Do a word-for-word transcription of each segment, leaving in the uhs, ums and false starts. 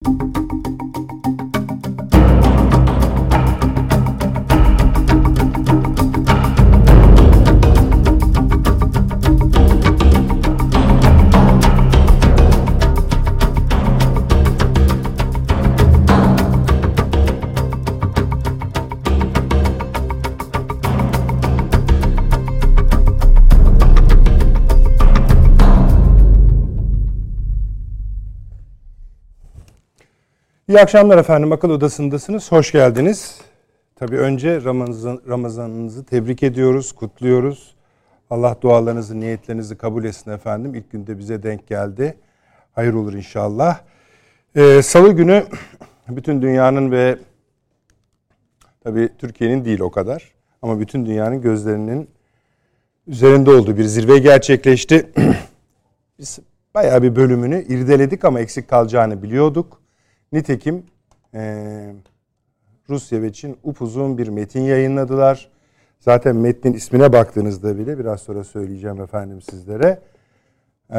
İyi akşamlar efendim. Akıl Odası'ndasınız. Hoş geldiniz. Tabii önce Ramazan, Ramazanınızı tebrik ediyoruz, kutluyoruz. Allah dualarınızı, niyetlerinizi kabul etsin efendim. İlk günde bize denk geldi. Hayır olur inşallah. Ee, Salı günü bütün dünyanın ve tabii Türkiye'nin değil o kadar ama bütün dünyanın gözlerinin üzerinde olduğu bir zirve gerçekleşti. Biz bayağı bir bölümünü irdeledik ama eksik kalacağını biliyorduk. Nitekim e, Rusya ve Çin upuzun bir metin yayınladılar. Zaten metnin ismine baktığınızda bile biraz sonra söyleyeceğim efendim sizlere. E,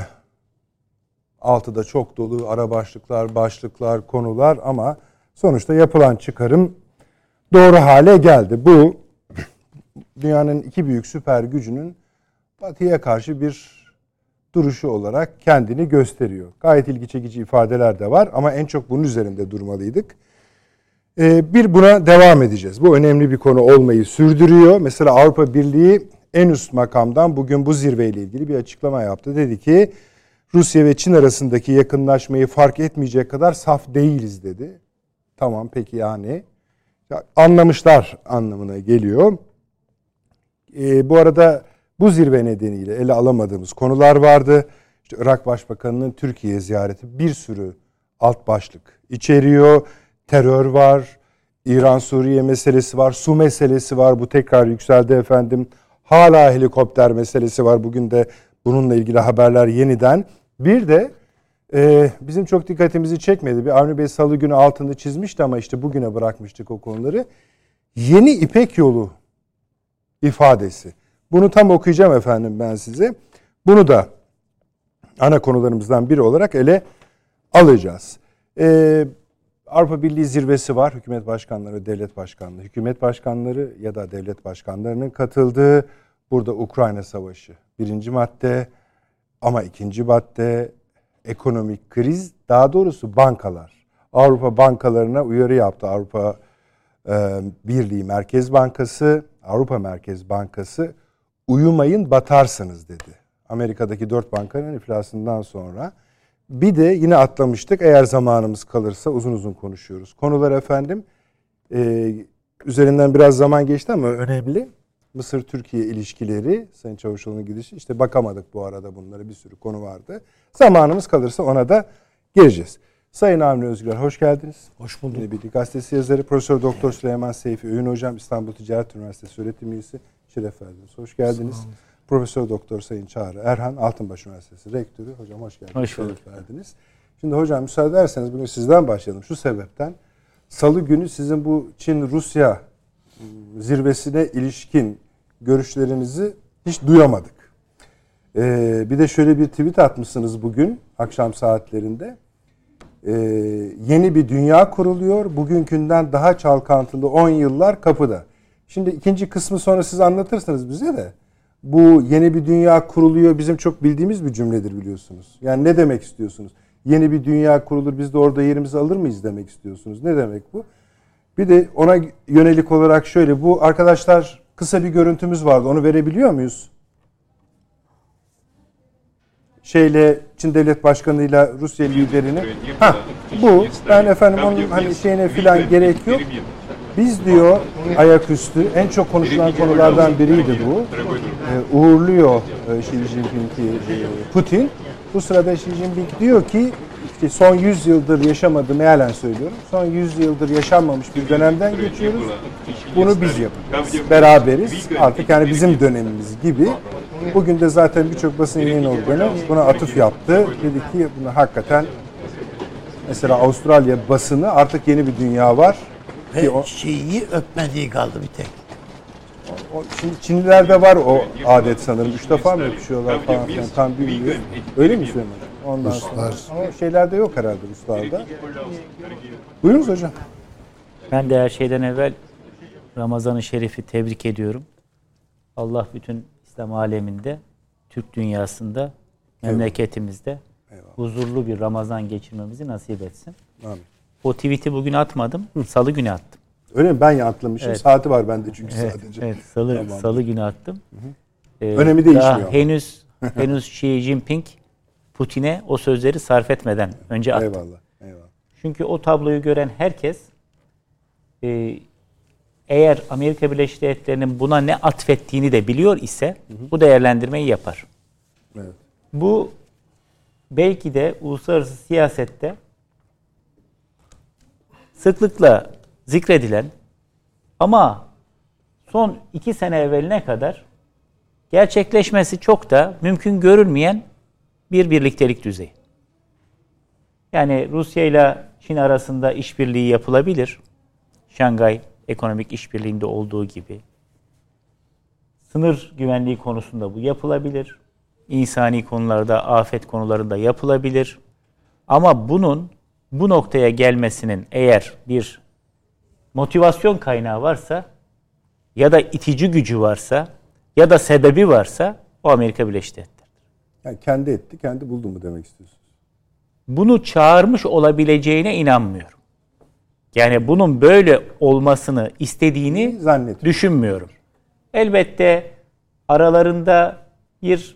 altıda çok dolu ara başlıklar, başlıklar, konular ama sonuçta yapılan çıkarım doğru hale geldi. Bu dünyanın iki büyük süper gücünün Batı'ya karşı bir duruşu olarak kendini gösteriyor. Gayet ilgi çekici ifadeler de var ama en çok bunun üzerinde durmalıydık. Ee, bir buna devam edeceğiz. Bu önemli bir konu olmayı sürdürüyor. Mesela Avrupa Birliği en üst makamdan bugün bu zirveyle ilgili bir açıklama yaptı. Dedi ki Rusya ve Çin arasındaki yakınlaşmayı fark etmeyecek kadar saf değiliz dedi. Tamam peki yani ya, anlamışlar anlamına geliyor. Ee, bu arada bu zirve nedeniyle ele alamadığımız konular vardı. İşte Irak Başbakanı'nın Türkiye ziyareti bir sürü alt başlık içeriyor. Terör var, İran-Suriye meselesi var, su meselesi var. Bu tekrar yükseldi efendim. Hala helikopter meselesi var. Bugün de bununla ilgili haberler yeniden. Bir de e, bizim çok dikkatimizi çekmedi. Bir Avni Bey Salı günü altını çizmişti ama işte bugüne bırakmıştık o konuları. Yeni İpek Yolu ifadesi. Bunu tam okuyacağım efendim ben size. Bunu da ana konularımızdan biri olarak ele alacağız. Ee, Avrupa Birliği zirvesi var. Hükümet başkanları, devlet başkanları, hükümet başkanları ya da devlet başkanlarının katıldığı. Burada Ukrayna Savaşı birinci madde ama ikinci madde ekonomik kriz, daha doğrusu bankalar. Avrupa bankalarına uyarı yaptı. Avrupa e, Birliği Merkez Bankası, Avrupa Merkez Bankası uyumayın batarsınız dedi. Amerika'daki dört bankanın iflasından sonra. Bir de yine atlamıştık. Eğer zamanımız kalırsa uzun uzun konuşuyoruz. Konular efendim e, üzerinden biraz zaman geçti ama önemli. Mısır-Türkiye ilişkileri, Sayın Çavuşoğlu'nun gidişi. İşte bakamadık bu arada bunlara, bir sürü konu vardı. Zamanımız kalırsa ona da geleceğiz. Sayın Avni Özgür hoş geldiniz. Hoş bulduk. Birlik Gazetesi yazarı Profesör Doktor Süleyman Seyfi Öğün Hocam, İstanbul Ticaret Üniversitesi öğretim üyesi. Şeref verdiniz. Hoş geldiniz. Profesör Doktor Sayın Çağrı Erhan, Altınbaş Üniversitesi Rektörü. Hocam hoş geldiniz. Hoş bulduk. Şeref verdiniz. Şimdi hocam müsaade ederseniz bugün sizden başlayalım. Şu sebepten Salı günü sizin bu Çin-Rusya zirvesine ilişkin görüşlerinizi hiç duyamadık. Ee, bir de şöyle bir tweet atmışsınız bugün akşam saatlerinde. Ee, yeni bir dünya kuruluyor. Bugünkünden daha çalkantılı on yıllar kapıda. Şimdi ikinci kısmı sonra siz anlatırsınız bize de. Bu yeni bir dünya kuruluyor bizim çok bildiğimiz bir cümledir biliyorsunuz. Yani ne demek istiyorsunuz? Yeni bir dünya kurulur biz de orada yerimizi alır mıyız demek istiyorsunuz. Ne demek bu? Bir de ona yönelik olarak şöyle, bu arkadaşlar kısa bir görüntümüz vardı. Onu verebiliyor muyuz? Şeyle Çin Devlet Başkanı'yla Rusya liderini. Ha, bu ben efendim onun hani şeyine filan gerek yok. Biz diyor ayaküstü en çok konuşulan konulardan biriydi bu. Ee, uğurluyor e, Xi Jinping'i e, Putin. Bu sırada Xi Jinping diyor ki işte son yüz yıldır yaşamadı, mealen söylüyorum. Son yüz yıldır yaşanmamış bir dönemden geçiyoruz. Bunu biz yapacağız. Beraberiz. Artık yani bizim dönemimiz gibi. Bugün de zaten birçok basın yayın organı buna atıf yaptı. Dedi ki bunu hakikaten mesela Avustralya basını artık yeni bir dünya var. Ve o, şeyi öpmediği kaldı bir tek. O, şimdi Çinlilerde var o adet sanırım. Üç defa mı öpüşüyorlar falan filan tam bilmiyorum. Öyle mi Süleyman? Ondan Ruslar. sonra ama şeylerde yok herhalde Ruslarda. Buyurunuz hocam. Ben de her şeyden evvel Ramazan-ı Şerif'i tebrik ediyorum. Allah bütün İslam aleminde, Türk dünyasında, memleketimizde Eyvallah. huzurlu bir Ramazan geçirmemizi nasip etsin. Amin. O tweet'i bugün atmadım, Salı günü attım. Öyle mi? Ben yanıtlamışım. Evet. Saati var bende çünkü Evet, sadece. evet Salı, Tamam. Salı günü attım. Ee, Önemi değişmiyor daha ama. henüz henüz Xi Jinping Putin'e o sözleri sarf etmeden önce attım. Eyvallah. Eyvallah. Çünkü o tabloyu gören herkes e, eğer Amerika Birleşik Devletleri'nin buna ne atfettiğini de biliyor ise hı hı. bu değerlendirmeyi yapar. Evet. Bu belki de uluslararası siyasette sıklıkla zikredilen ama son iki sene evveline kadar gerçekleşmesi çok da mümkün görülmeyen bir birliktelik düzeyi. Yani Rusya ile Çin arasında işbirliği yapılabilir. Şangay Ekonomik İşbirliği'nde olduğu gibi. Sınır güvenliği konusunda bu yapılabilir. İnsani konularda, afet konularında yapılabilir. Ama bunun bu noktaya gelmesinin eğer bir motivasyon kaynağı varsa ya da itici gücü varsa ya da sebebi varsa o Amerika Birleşik Devletleri'dir. Yani kendi etti, kendi buldu mu demek istiyorsunuz? Bunu çağırmış olabileceğine inanmıyorum. Yani bunun böyle olmasını istediğini düşünmüyorum. Elbette aralarında bir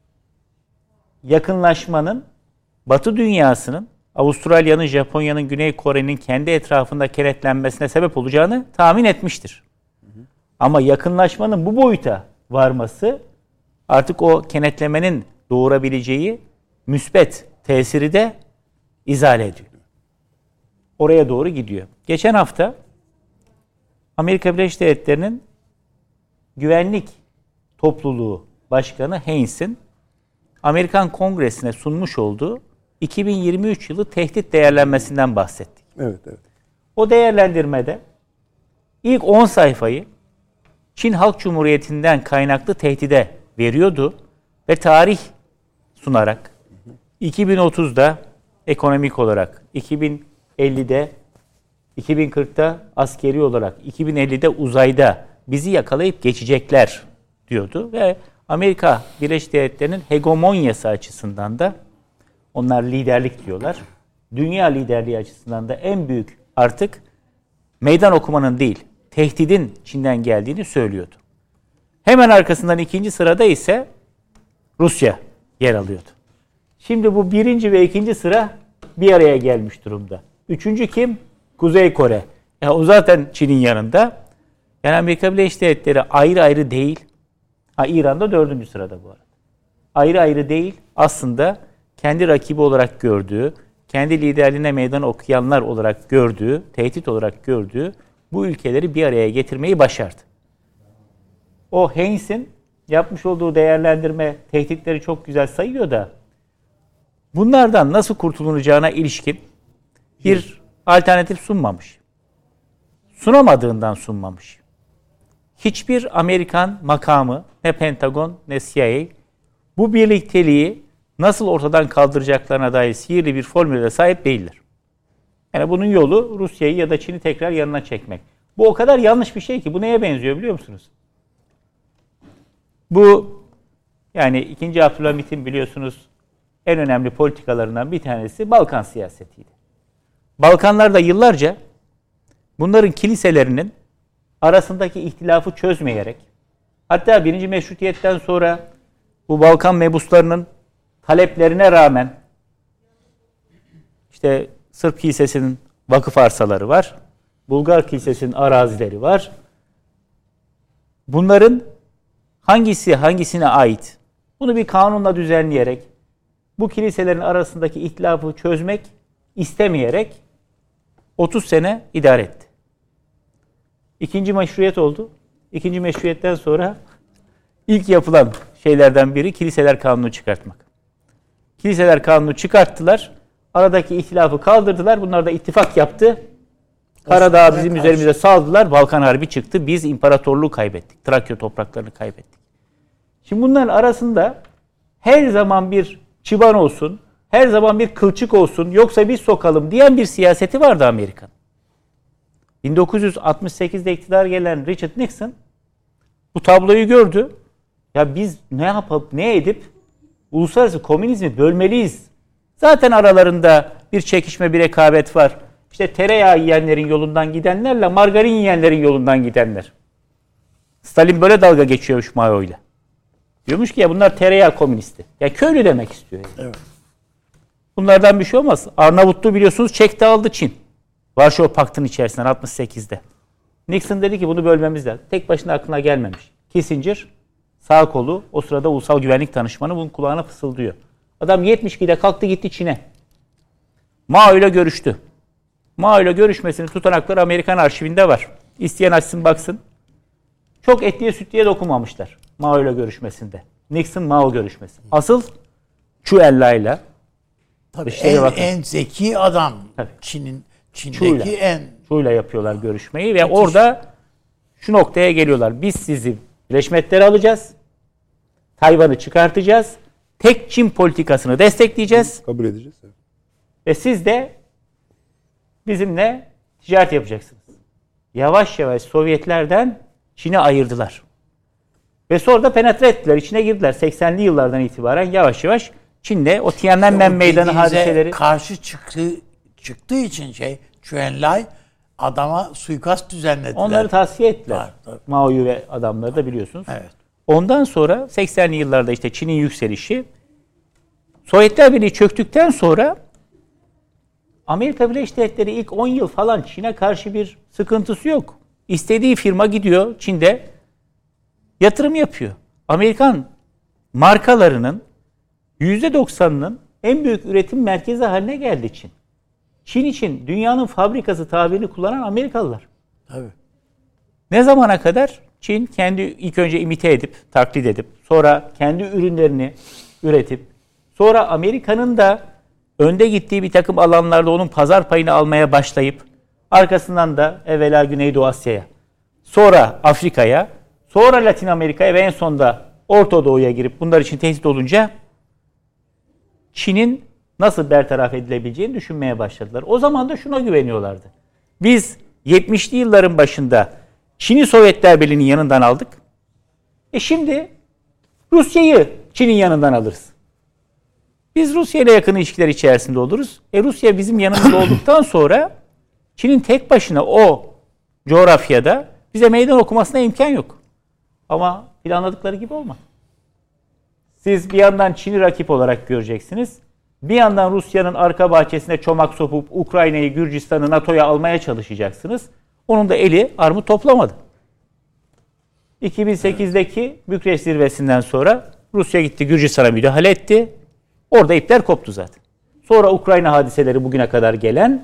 yakınlaşmanın Batı dünyasının Avustralya'nın, Japonya'nın, Güney Kore'nin kendi etrafında kenetlenmesine sebep olacağını tahmin etmiştir. Hı hı. Ama yakınlaşmanın bu boyuta varması artık o kenetlemenin doğurabileceği müspet tesiri de izale ediyor. Oraya doğru gidiyor. Geçen hafta Amerika Birleşik Devletleri'nin Güvenlik Topluluğu Başkanı Haines'in Amerikan Kongresi'ne sunmuş olduğu iki bin yirmi üç yılı tehdit değerlenmesinden bahsettik. Evet, evet. O değerlendirmede ilk on sayfayı Çin Halk Cumhuriyeti'nden kaynaklı tehdide veriyordu ve tarih sunarak iki bin otuzda ekonomik olarak, iki bin ellide, iki bin kırkta askeri olarak, iki bin ellide uzayda bizi yakalayıp geçecekler diyordu ve Amerika Birleşik Devletleri'nin hegemonyası açısından da onlar liderlik diyorlar. Dünya liderliği açısından da en büyük artık meydan okumanın değil, tehdidin Çin'den geldiğini söylüyordu. Hemen arkasından ikinci sırada ise Rusya yer alıyordu. Şimdi bu birinci ve ikinci sıra bir araya gelmiş durumda. Üçüncü kim? Kuzey Kore. Ya o zaten Çin'in yanında. Yani Amerika Birleşik Devletleri ayrı ayrı değil. Ha, İran da dördüncü sırada bu arada. Ayrı ayrı değil. Aslında kendi rakibi olarak gördüğü, kendi liderliğine meydan okuyanlar olarak gördüğü, tehdit olarak gördüğü bu ülkeleri bir araya getirmeyi başardı. O Haines'in yapmış olduğu değerlendirme tehditleri çok güzel sayıyor da bunlardan nasıl kurtulunacağına ilişkin bir alternatif sunmamış. Sunamadığından sunmamış. Hiçbir Amerikan makamı, ne Pentagon ne C I A bu birlikteliği nasıl ortadan kaldıracaklarına dair sihirli bir formüle sahip değiller. Yani bunun yolu Rusya'yı ya da Çin'i tekrar yanına çekmek. Bu o kadar yanlış bir şey ki bu neye benziyor biliyor musunuz? Bu yani ikinci. Abdülhamit'in biliyorsunuz en önemli politikalarından bir tanesi Balkan siyasetiydi. Balkanlarda yıllarca bunların kiliselerinin arasındaki ihtilafı çözmeyerek, hatta birinci Meşrutiyet'ten sonra bu Balkan mebuslarının taleplerine rağmen işte Sırp Kilisesi'nin vakıf arsaları var, Bulgar Kilisesi'nin arazileri var. Bunların hangisi hangisine ait? Bunu bir kanunla düzenleyerek bu kiliselerin arasındaki ihtilafı çözmek istemeyerek otuz sene idare etti. İkinci meşruiyet oldu. İkinci meşruiyetten sonra ilk yapılan şeylerden biri kiliseler kanunu çıkartmak. Kiliseler kanunu çıkarttılar. Aradaki ihtilafı kaldırdılar. Bunlar da ittifak yaptı. Karadağ bizim üzerimize saldılar. Balkan Harbi çıktı. Biz imparatorluğu kaybettik. Trakya topraklarını kaybettik. Şimdi bunların arasında her zaman bir çıban olsun, her zaman bir kılçık olsun yoksa biz sokalım diyen bir siyaseti vardı Amerika'nın. bin dokuz yüz altmış sekizde iktidar gelen Richard Nixon bu tabloyu gördü. Ya biz ne yapıp ne edip uluslararası komünizmi bölmeliyiz. Zaten aralarında bir çekişme, bir rekabet var. İşte tereyağı yiyenlerin yolundan gidenlerle margarin yiyenlerin yolundan gidenler. Stalin böyle dalga geçiyormuş Mao'yla. Diyormuş ki ya bunlar tereyağı komünisti. Ya köylü demek istiyor. Yani. Evet. Bunlardan bir şey olmaz. Arnavutluğu biliyorsunuz çekti aldı Çin. Varşova Paktı'nın içerisinden altmış sekizde. Nixon dedi ki bunu bölmemiz lazım. Tek başına aklına gelmemiş. Kissinger sağ kolu o sırada Ulusal Güvenlik Danışmanı bunun kulağına fısıldıyor. Adam yetmiş ikide kalktı gitti Çin'e. Mao ile görüştü. Mao ile görüşmesinin tutanakları Amerikan arşivinde var. İsteyen açsın baksın. Çok etliye sütlüye dokunmamışlar Mao ile görüşmesinde. Nixon-Mao görüşmesi. Asıl Chuenlai'yle Tabii en, en zeki adam. Tabii. Çin'in Çin'deki Çu'yla. en Çu'yla yapıyorlar görüşmeyi ve Müthiş. Orada şu noktaya geliyorlar. Biz sizi Birleşmiş Milletler'e alacağız. Tayvan'ı çıkartacağız. Tek Çin politikasını destekleyeceğiz. Kabul edeceğiz. Evet. Ve siz de bizimle ticaret yapacaksınız. Yavaş yavaş Sovyetlerden Çin'i ayırdılar. Ve sonra da penetre ettiler. İçine girdiler. seksenli yıllardan itibaren yavaş yavaş Çin'de o Tiananmen Meydanı hadiseleri karşı çıktı, çıktığı için şey Chuenlai adama suikast düzenlediler. Onları tavsiye ettiler. Var, Mao'yu ve adamları da biliyorsunuz. Evet. Ondan sonra seksenli yıllarda işte Çin'in yükselişi, Sovyetler Birliği çöktükten sonra Amerika Birleşik Devletleri ilk on yıl falan Çin'e karşı bir sıkıntısı yok. İstediği firma gidiyor Çin'de yatırım yapıyor. Amerikan markalarının yüzde doksanının en büyük üretim merkezi haline geldi Çin. Çin için dünyanın fabrikası tabirini kullanan Amerikalılar. Tabii. Ne zamana kadar? Çin kendi ilk önce imite edip, taklit edip, sonra kendi ürünlerini üretip, sonra Amerika'nın da önde gittiği bir takım alanlarda onun pazar payını almaya başlayıp, arkasından da evvela Güneydoğu Asya'ya, sonra Afrika'ya, sonra Latin Amerika'ya ve en sonunda Orta Doğu'ya girip bunlar için tehdit olunca Çin'in nasıl bertaraf edilebileceğini düşünmeye başladılar. O zaman da şuna güveniyorlardı. Biz yetmişli yılların başında Çin'i Sovyetler Birliği'nin yanından aldık. E şimdi Rusya'yı Çin'in yanından alırız. Biz Rusya ile yakın ilişkiler içerisinde oluruz. E Rusya bizim yanımızda olduktan sonra Çin'in tek başına o coğrafyada bize meydan okumasına imkan yok. Ama planladıkları gibi olmadı. Siz bir yandan Çin'i rakip olarak göreceksiniz. Bir yandan Rusya'nın arka bahçesine çomak sokup Ukrayna'yı, Gürcistan'ı NATO'ya almaya çalışacaksınız. Onun da eli armut toplamadı. iki bin sekizdeki Bükreş zirvesinden sonra Rusya gitti Gürcistan'a müdahale etti. Orada ipler koptu zaten. Sonra Ukrayna hadiseleri bugüne kadar gelen.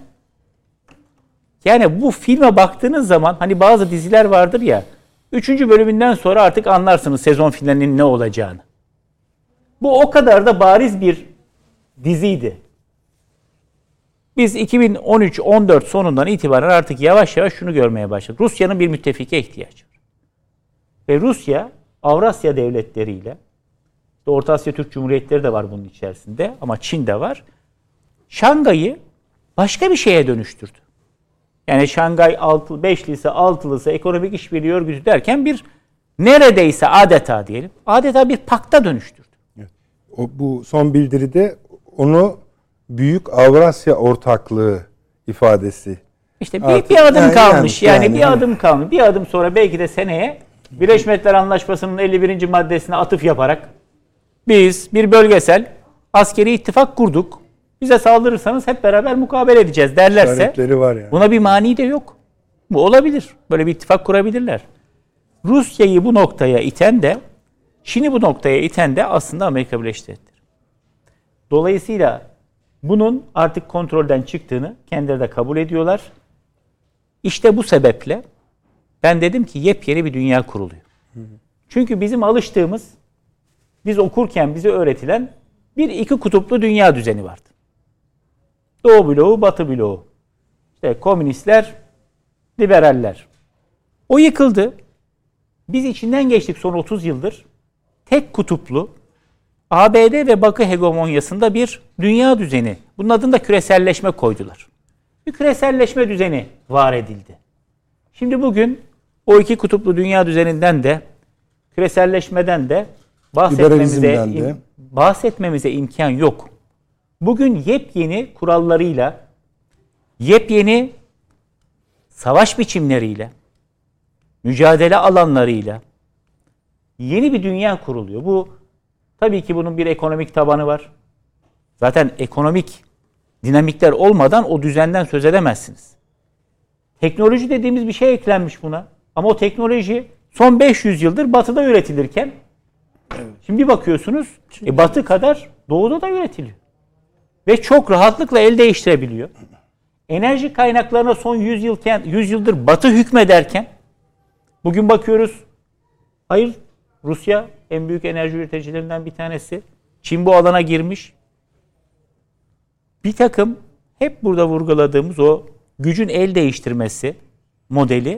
Yani bu filme baktığınız zaman hani bazı diziler vardır ya. Üçüncü bölümünden sonra artık anlarsınız sezon finalinin ne olacağını. Bu o kadar da bariz bir diziydi. Biz iki bin on üç on dört sonundan itibaren artık yavaş yavaş şunu görmeye başladık. Rusya'nın bir müttefike ihtiyacı var. Ve Rusya, Avrasya devletleriyle, işte Orta Asya Türk Cumhuriyetleri de var bunun içerisinde ama Çin de var. Şangay'ı başka bir şeye dönüştürdü. Yani Şangay altı, beşlisi, altılısı, ekonomik işbirliği örgütü derken bir neredeyse adeta diyelim, adeta bir pakta dönüştürdü. Evet. O, bu son bildiride onu Büyük Avrasya Ortaklığı ifadesi. İşte bir, Artık, bir adım yani, kalmış. Yani, yani bir yani. adım kalmış. Bir adım sonra belki de seneye Birleşmiş Milletler Anlaşması'nın elli birinci maddesine atıf yaparak biz bir bölgesel askeri ittifak kurduk. Bize saldırırsanız hep beraber mukabele edeceğiz derlerse var yani. Buna bir mani de yok. Bu olabilir. Böyle bir ittifak kurabilirler. Rusya'yı bu noktaya iten de Çin'i bu noktaya iten de aslında Amerika Birleşik Devletleri. Dolayısıyla bunun artık kontrolden çıktığını kendileri de kabul ediyorlar. İşte bu sebeple ben dedim ki yepyeni bir dünya kuruluyor. Hı hı. Çünkü bizim alıştığımız, biz okurken bize öğretilen bir iki kutuplu dünya düzeni vardı. Doğu bloğu, Batı bloğu. İşte komünistler, liberaller. O yıkıldı. Biz içinden geçtik son otuz yıldır. Tek kutuplu, A B D ve Batı hegemonyasında bir dünya düzeni. Bunun adını da küreselleşme koydular. Bir küreselleşme düzeni var edildi. Şimdi bugün o iki kutuplu dünya düzeninden de küreselleşmeden de bahsetmemize, de. bahsetmemize imkan yok. Bugün yepyeni kurallarıyla, yepyeni savaş biçimleriyle, mücadele alanlarıyla yeni bir dünya kuruluyor. Bu tabii ki bunun bir ekonomik tabanı var. Zaten ekonomik dinamikler olmadan o düzenden söz edemezsiniz. Teknoloji dediğimiz bir şey eklenmiş buna. Ama o teknoloji son beş yüz yıldır Batı'da üretilirken evet. Şimdi bir bakıyorsunuz e, Batı kadar Doğu'da da üretiliyor. Ve çok rahatlıkla el değiştirebiliyor. Enerji kaynaklarına son yüz yılken, yüz yıldır Batı hükmederken bugün bakıyoruz. Hayır, Rusya en büyük enerji üreticilerinden bir tanesi. Çin bu alana girmiş. Bir takım hep burada vurguladığımız o gücün el değiştirmesi modeli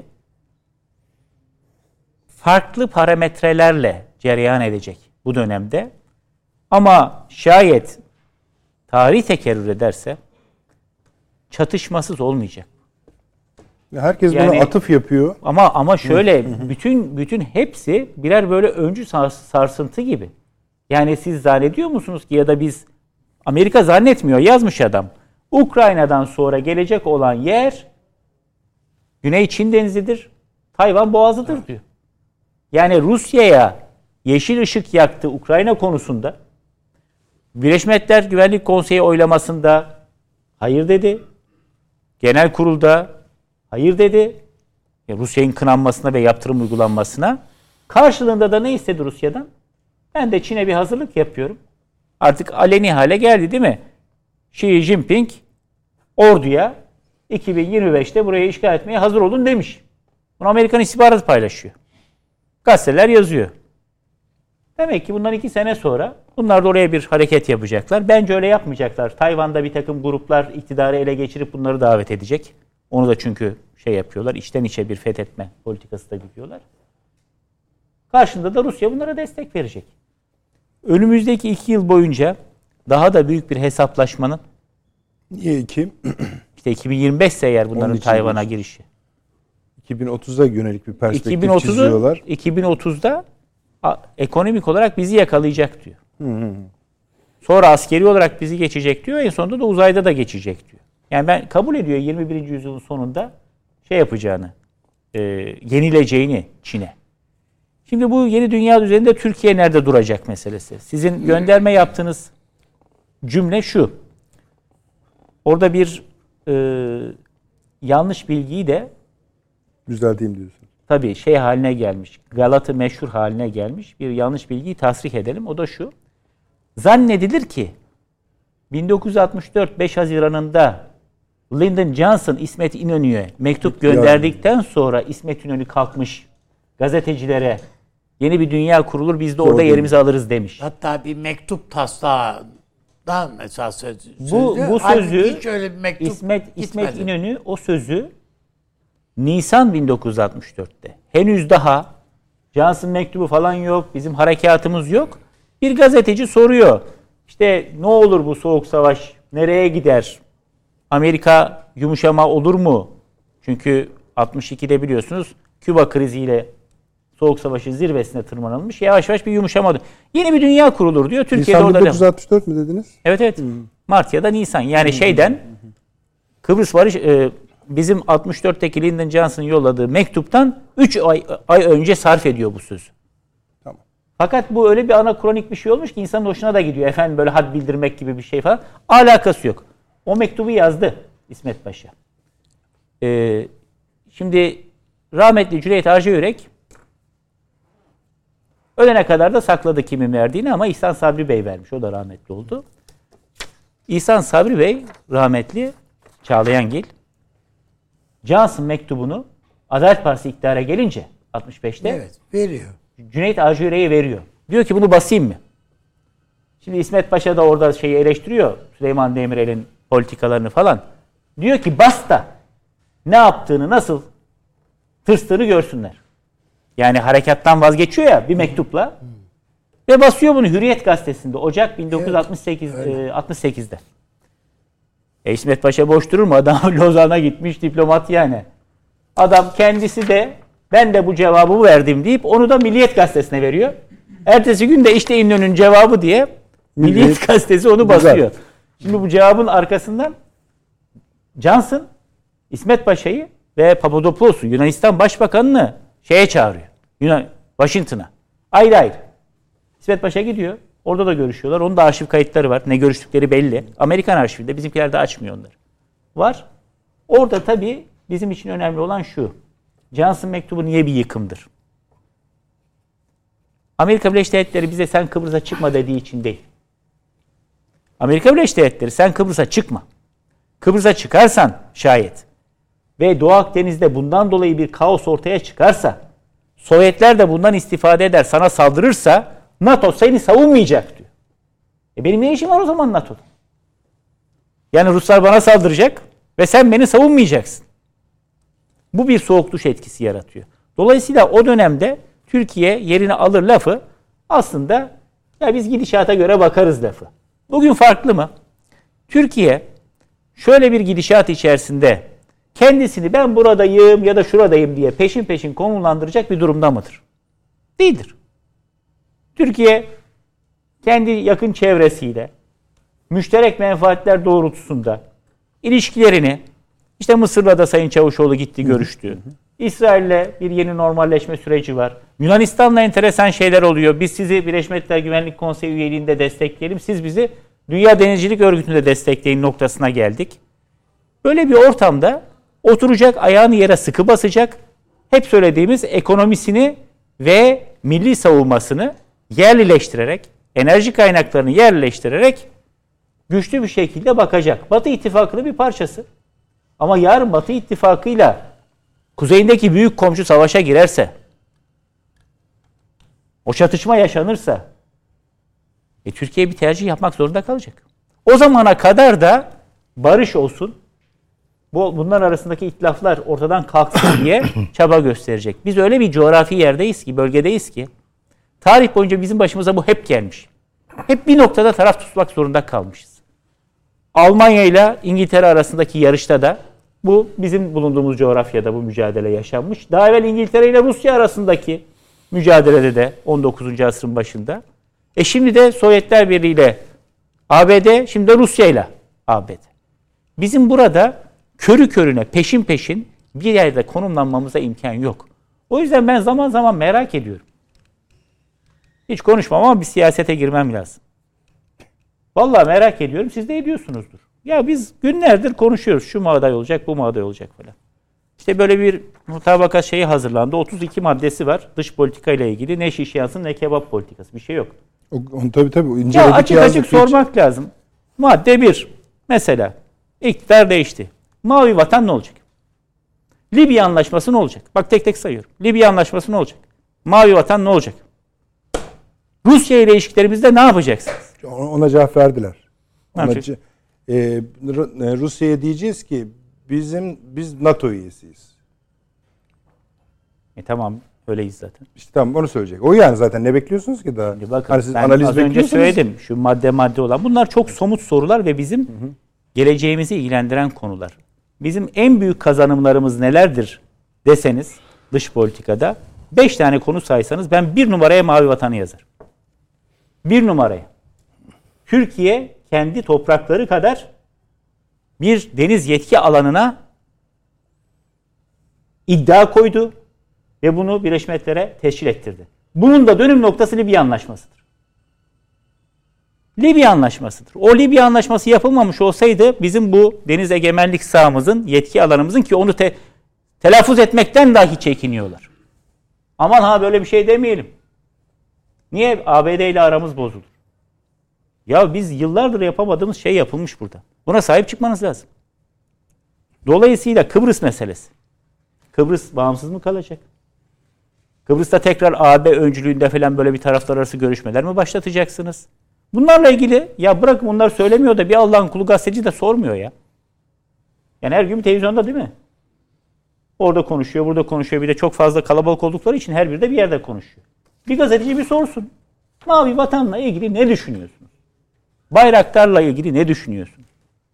farklı parametrelerle cereyan edecek bu dönemde. Ama şayet tarih tekerrür ederse çatışmasız olmayacak. Herkes yani, buna atıf yapıyor. Ama ama şöyle bütün bütün hepsi birer böyle öncü sarsıntı gibi. Yani siz zannediyor musunuz ki ya da biz Amerika zannetmiyor, yazmış adam. Ukrayna'dan sonra gelecek olan yer Güney Çin Denizi'dir, Tayvan Boğazı'dır diyor. Yani Rusya'ya yeşil ışık yaktı Ukrayna konusunda. Birleşmiş Milletler Güvenlik Konseyi oylamasında hayır dedi. Genel kurulda hayır dedi. Rusya'nın kınanmasına ve yaptırım uygulanmasına. Karşılığında da ne istedi Rusya'dan? Ben de Çin'e bir hazırlık yapıyorum. Artık aleni hale geldi değil mi? Xi Jinping orduya iki bin yirmi beşte burayı işgal etmeye hazır olun demiş. Bunu Amerikan istihbaratı paylaşıyor. Gazeteler yazıyor. Demek ki bundan iki sene sonra bunlar da oraya bir hareket yapacaklar. Bence öyle yapmayacaklar. Tayvan'da bir takım gruplar iktidarı ele geçirip bunları davet edecek. Onu da çünkü şey yapıyorlar. İçten içe bir fethetme politikası da gidiyorlar. Karşında da Rusya bunlara destek verecek. Önümüzdeki iki yıl boyunca daha da büyük bir hesaplaşmanın. Niye iki? İşte iki bin yirmi beş ise eğer bunların Tayvan'a girişi. iki bin otuza yönelik bir perspektif iki bin otuzu, çiziyorlar. iki bin otuzda ekonomik olarak bizi yakalayacak diyor. Hı hı. Sonra askeri olarak bizi geçecek diyor. En sonunda da uzayda da geçecek diyor. Yani ben kabul ediyor yirmi birinci yüzyılın sonunda şey yapacağını, e, yenileceğini Çin'e. Şimdi bu yeni dünya düzeninde Türkiye nerede duracak meselesi. Sizin gönderme yaptığınız cümle şu. Orada bir e, yanlış bilgiyi de düzelteyim diyorsun. Tabii şey haline gelmiş. Galatı meşhur haline gelmiş. Bir yanlış bilgiyi tasrih edelim. O da şu. Zannedilir ki bin dokuz yüz altmış dört beş Haziran'ında Lyndon Johnson İsmet İnönü'ye mektup gönderdikten sonra İsmet İnönü kalkmış gazetecilere yeni bir dünya kurulur biz de orada Doğru. yerimizi alırız demiş. Hatta bir mektup taslağından mesela söz, bu bu sözü hiç öyle bir mektup İsmet İsmet gitmedi. İnönü o sözü Nisan bin dokuz yüz altmış dörtte henüz daha Johnson mektubu falan yok, bizim harekatımız yok. Bir gazeteci soruyor. İşte ne olur bu soğuk savaş nereye gider? Amerika yumuşama olur mu? Çünkü altmış ikide biliyorsunuz Küba kriziyle Soğuk Savaş'ın zirvesine tırmanılmış. Yavaş yavaş bir yumuşama. Yeni bir dünya kurulur diyor. Türkiye'de Nisan orada bin dokuz yüz altmış dört mü dediniz? Evet evet. Hmm. Mart ya da Nisan. Yani hmm. şeyden Kıbrıs Barış e, bizim altmış dörtteki Lyndon Johnson'ın yolladığı mektuptan üç ay, ay önce sarf ediyor bu söz. Tamam. Fakat bu öyle bir anakronik bir şey olmuş ki insanın hoşuna da gidiyor. Efendim böyle had bildirmek gibi bir şey falan. Alakası yok. O mektubu yazdı İsmet Paşa. Ee, şimdi rahmetli Cüneyt Arcayürek ölene kadar da sakladı kimin verdiğini ama İhsan Sabri Bey vermiş. O da rahmetli oldu. İhsan Sabri Bey rahmetli Çağlayangil Johnson mektubunu Adalet Partisi iktidara gelince altmış beşte evet, veriyor. Cüneyt Arcayürek'e veriyor. Diyor ki bunu basayım mı? Şimdi İsmet Paşa da orada şeyi eleştiriyor. Süleyman Demirel'in politikalarını falan. Diyor ki bas da ne yaptığını, nasıl tırstığını görsünler. Yani harekattan vazgeçiyor ya bir mektupla. Ve basıyor bunu Hürriyet gazetesinde Ocak bin dokuz yüz altmış sekiz evet, altmış sekizde. E İsmet Paşa boş durur mu? Adam Lozan'a gitmiş diplomat yani. Adam kendisi de ben de bu cevabı verdim deyip onu da Milliyet gazetesine veriyor. Ertesi gün de işte İnönü'nün cevabı diye Milliyet, Milliyet gazetesi onu basıyor. Güzel. Şimdi bu cevabın arkasından Johnson İsmet Paşa'yı ve Papadopoulos'u Yunanistan Başbakanı'nı şeye çağırıyor. Yunan Washington'a. Ayrı ayrı. İsmet Paşa gidiyor. Orada da görüşüyorlar. Onun da arşiv kayıtları var. Ne görüştükleri belli. Amerikan arşivinde. Bizimkiler de açmıyor onları. Var. Orada tabii bizim için önemli olan şu. Johnson mektubu niye bir yıkımdır? Amerika Birleşik Devletleri bize sen Kıbrıs'a çıkma dediği için değil. Amerika Birleşik Devletleri sen Kıbrıs'a çıkma. Kıbrıs'a çıkarsan şayet ve Doğu Akdeniz'de bundan dolayı bir kaos ortaya çıkarsa, Sovyetler de bundan istifade eder, sana saldırırsa NATO seni savunmayacak diyor. E benim ne işim var o zaman NATO'da? Yani Ruslar bana saldıracak ve sen beni savunmayacaksın. Bu bir soğuk duş etkisi yaratıyor. Dolayısıyla o dönemde Türkiye yerini alır lafı aslında ya biz gidişata göre bakarız lafı. Bugün farklı mı? Türkiye şöyle bir gidişat içerisinde kendisini ben buradayım ya da şuradayım diye peşin peşin konumlandıracak bir durumda mıdır? Değildir. Türkiye kendi yakın çevresiyle müşterek menfaatler doğrultusunda ilişkilerini işte Mısır'la da Sayın Çavuşoğlu gitti görüştü. İsrail'le bir yeni normalleşme süreci var. Yunanistan'la enteresan şeyler oluyor. Biz sizi Birleşmiş Milletler Güvenlik Konseyi üyeliğinde destekleyelim. Siz bizi Dünya Denizcilik Örgütü'nde destekleyin noktasına geldik. Böyle bir ortamda oturacak, ayağını yere sıkı basacak. Hep söylediğimiz ekonomisini ve milli savunmasını yerlileştirerek, enerji kaynaklarını yerlileştirerek güçlü bir şekilde bakacak. Batı İttifakı'nın bir parçası. Ama yarın Batı İttifakı'yla kuzeyindeki büyük komşu savaşa girerse, o çatışma yaşanırsa, e, Türkiye bir tercih yapmak zorunda kalacak. O zamana kadar da barış olsun, bu bunlar arasındaki ihtilaflar ortadan kalksın diye çaba gösterecek. Biz öyle bir coğrafi yerdeyiz ki, bölgedeyiz ki, tarih boyunca bizim başımıza bu hep gelmiş. Hep bir noktada taraf tutmak zorunda kalmışız. Almanya ile İngiltere arasındaki yarışta da bu bizim bulunduğumuz coğrafyada bu mücadele yaşanmış. Daha evvel İngiltere ile Rusya arasındaki mücadelede de on dokuzuncu asrın başında. E şimdi de Sovyetler Birliği ile A B D, şimdi de Rusya ile A B D. Bizim burada körü körüne, peşin peşin bir yerde konumlanmamıza imkan yok. O yüzden ben zaman zaman merak ediyorum. Hiç konuşmam ama bir siyasete girmem lazım. Vallahi merak ediyorum. Siz de ediyorsunuzdur. Ya biz günlerdir konuşuyoruz. Şu mu aday olacak, bu mu aday olacak falan. İşte böyle bir mutabakat şeyi hazırlandı. otuz iki maddesi var. Dış politika ile ilgili. Ne şiş yansın ne kebap politikası. Bir şey yok. O, onu tabii tabii. Ya açık açık sormak hiç lazım. Madde bir. Mesela iktidar değişti. Mavi vatan ne olacak? Libya anlaşması ne olacak? Bak tek tek sayıyorum. Libya anlaşması ne olacak? Mavi vatan ne olacak? Rusya ile ilişkilerimizde ne yapacaksınız? Ona cevap verdiler. Ona ce- e, Rusya'ya diyeceğiz ki bizim biz NATO üyesiyiz. E tamam öyleyiz zaten. İşte tamam onu söyleyecek. O yani zaten ne bekliyorsunuz ki daha? Bakın hani siz ben analiz az önce söyledim şu madde madde olan. Bunlar çok somut sorular ve bizim hı hı. geleceğimizi ilgilendiren konular. Bizim en büyük kazanımlarımız nelerdir deseniz dış politikada beş tane konu saysanız ben bir numaraya mavi vatanı yazarım. Bir numaraya. Türkiye kendi toprakları kadar bir deniz yetki alanına iddia koydu ve bunu Birleşmiş Milletler'e tescil ettirdi. Bunun da dönüm noktası Libya Anlaşması'dır. Libya Anlaşması'dır. O Libya Anlaşması yapılmamış olsaydı bizim bu deniz egemenlik sahamızın, yetki alanımızın ki onu te- telaffuz etmekten dahi çekiniyorlar. Aman ha böyle bir şey demeyelim. Niye A B D ile aramız bozulur? Ya biz yıllardır yapamadığımız şey yapılmış burada. Buna sahip çıkmanız lazım. Dolayısıyla Kıbrıs meselesi. Kıbrıs bağımsız mı kalacak? Kıbrıs'ta tekrar A B öncülüğünde falan böyle bir taraflar arası görüşmeler mi başlatacaksınız? Bunlarla ilgili ya bırakın bunlar söylemiyor da bir Allah'ın kulu gazeteci de sormuyor ya. Yani her gün televizyonda değil mi? Orada konuşuyor, burada konuşuyor. Bir de çok fazla kalabalık oldukları için her biri de bir yerde konuşuyor. Bir gazeteci bir sorsun. Mavi Vatan'la ilgili ne düşünüyorsunuz? Bayraktar'la ilgili ne düşünüyorsunuz?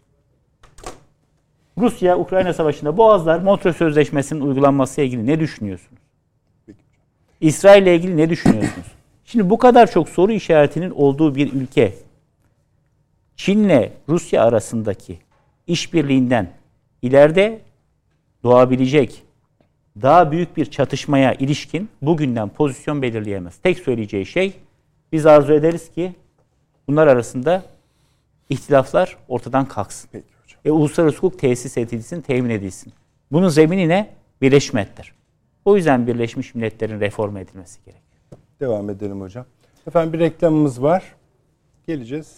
Rusya-Ukrayna Savaşı'nda Boğazlar Montreux Sözleşmesi'nin uygulanmasıyla ilgili ne düşünüyorsunuz? İsrail'le ilgili ne düşünüyorsunuz? Şimdi bu kadar çok soru işaretinin olduğu bir ülke, Çin'le Rusya arasındaki işbirliğinden ileride doğabilecek daha büyük bir çatışmaya ilişkin bugünden pozisyon belirleyemez. Tek söyleyeceği şey, biz arzu ederiz ki bunlar arasında ihtilaflar ortadan kalksın. Peki hocam. E, uluslararası hukuk tesis edilsin, temin edilsin. Bunun zemini ne? Birleşmiş Milletler. O yüzden Birleşmiş Milletler'in reform edilmesi gerekiyor. Devam edelim hocam. Efendim bir reklamımız var. Geleceğiz.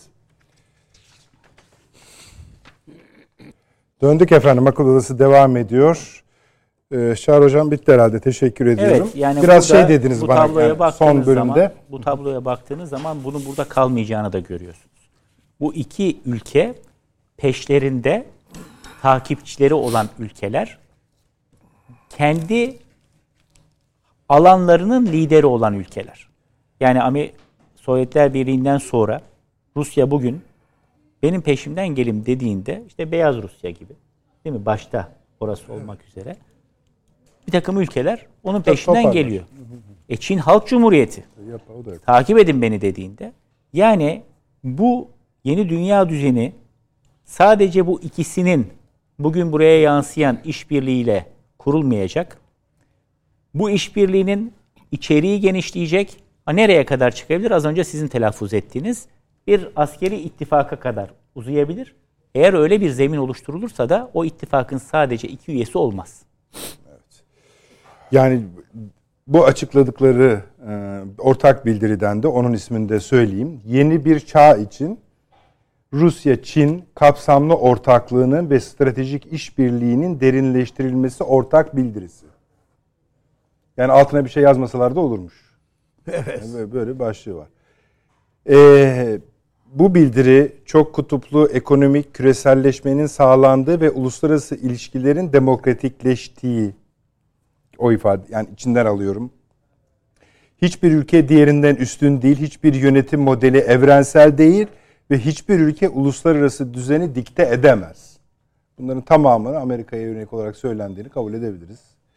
Döndük efendim. Akıl Odası devam ediyor. Ee, Şahar hocam bitti herhalde. Teşekkür ediyorum. Evet, yani biraz burada, şey dediniz bu bana tabloya yani, baktığınız son bölümde. Zaman, bu tabloya baktığınız zaman bunun burada kalmayacağını da görüyorsunuz. Bu iki ülke peşlerinde takipçileri olan ülkeler, kendi alanlarının lideri olan ülkeler. Yani Amerika, Sovyetler Birliği'nden sonra Rusya bugün benim peşimden gelin dediğinde, işte Beyaz Rusya gibi, değil mi? Başta orası olmak üzere bir takım ülkeler onun peşinden geliyor. E Çin Halk Cumhuriyeti takip edin beni dediğinde, yani bu yeni dünya düzeni sadece bu ikisinin bugün buraya yansıyan işbirliğiyle kurulmayacak. Bu işbirliğinin içeriği genişleyecek. Ha, nereye kadar çıkabilir? Az önce sizin telaffuz ettiğiniz bir askeri ittifaka kadar uzayabilir. Eğer öyle bir zemin oluşturulursa da o ittifakın sadece iki üyesi olmaz. Evet. Yani bu açıkladıkları e, ortak bildiriden de onun ismini de söyleyeyim. Yeni bir çağ için Rusya-Çin kapsamlı ortaklığının ve stratejik işbirliğinin derinleştirilmesi ortak bildirisi. Yani altına bir şey yazmasalar da olurmuş. Evet. Yani böyle bir başlığı var. Ee, bu bildiri çok kutuplu ekonomik küreselleşmenin sağlandığı ve uluslararası ilişkilerin demokratikleştiği, o ifade yani içinden alıyorum. Hiçbir ülke diğerinden üstün değil, hiçbir yönetim modeli evrensel değil ve hiçbir ülke uluslararası düzeni dikte edemez. Bunların tamamını Amerika'ya yönelik olarak söylendiğini kabul edebiliriz.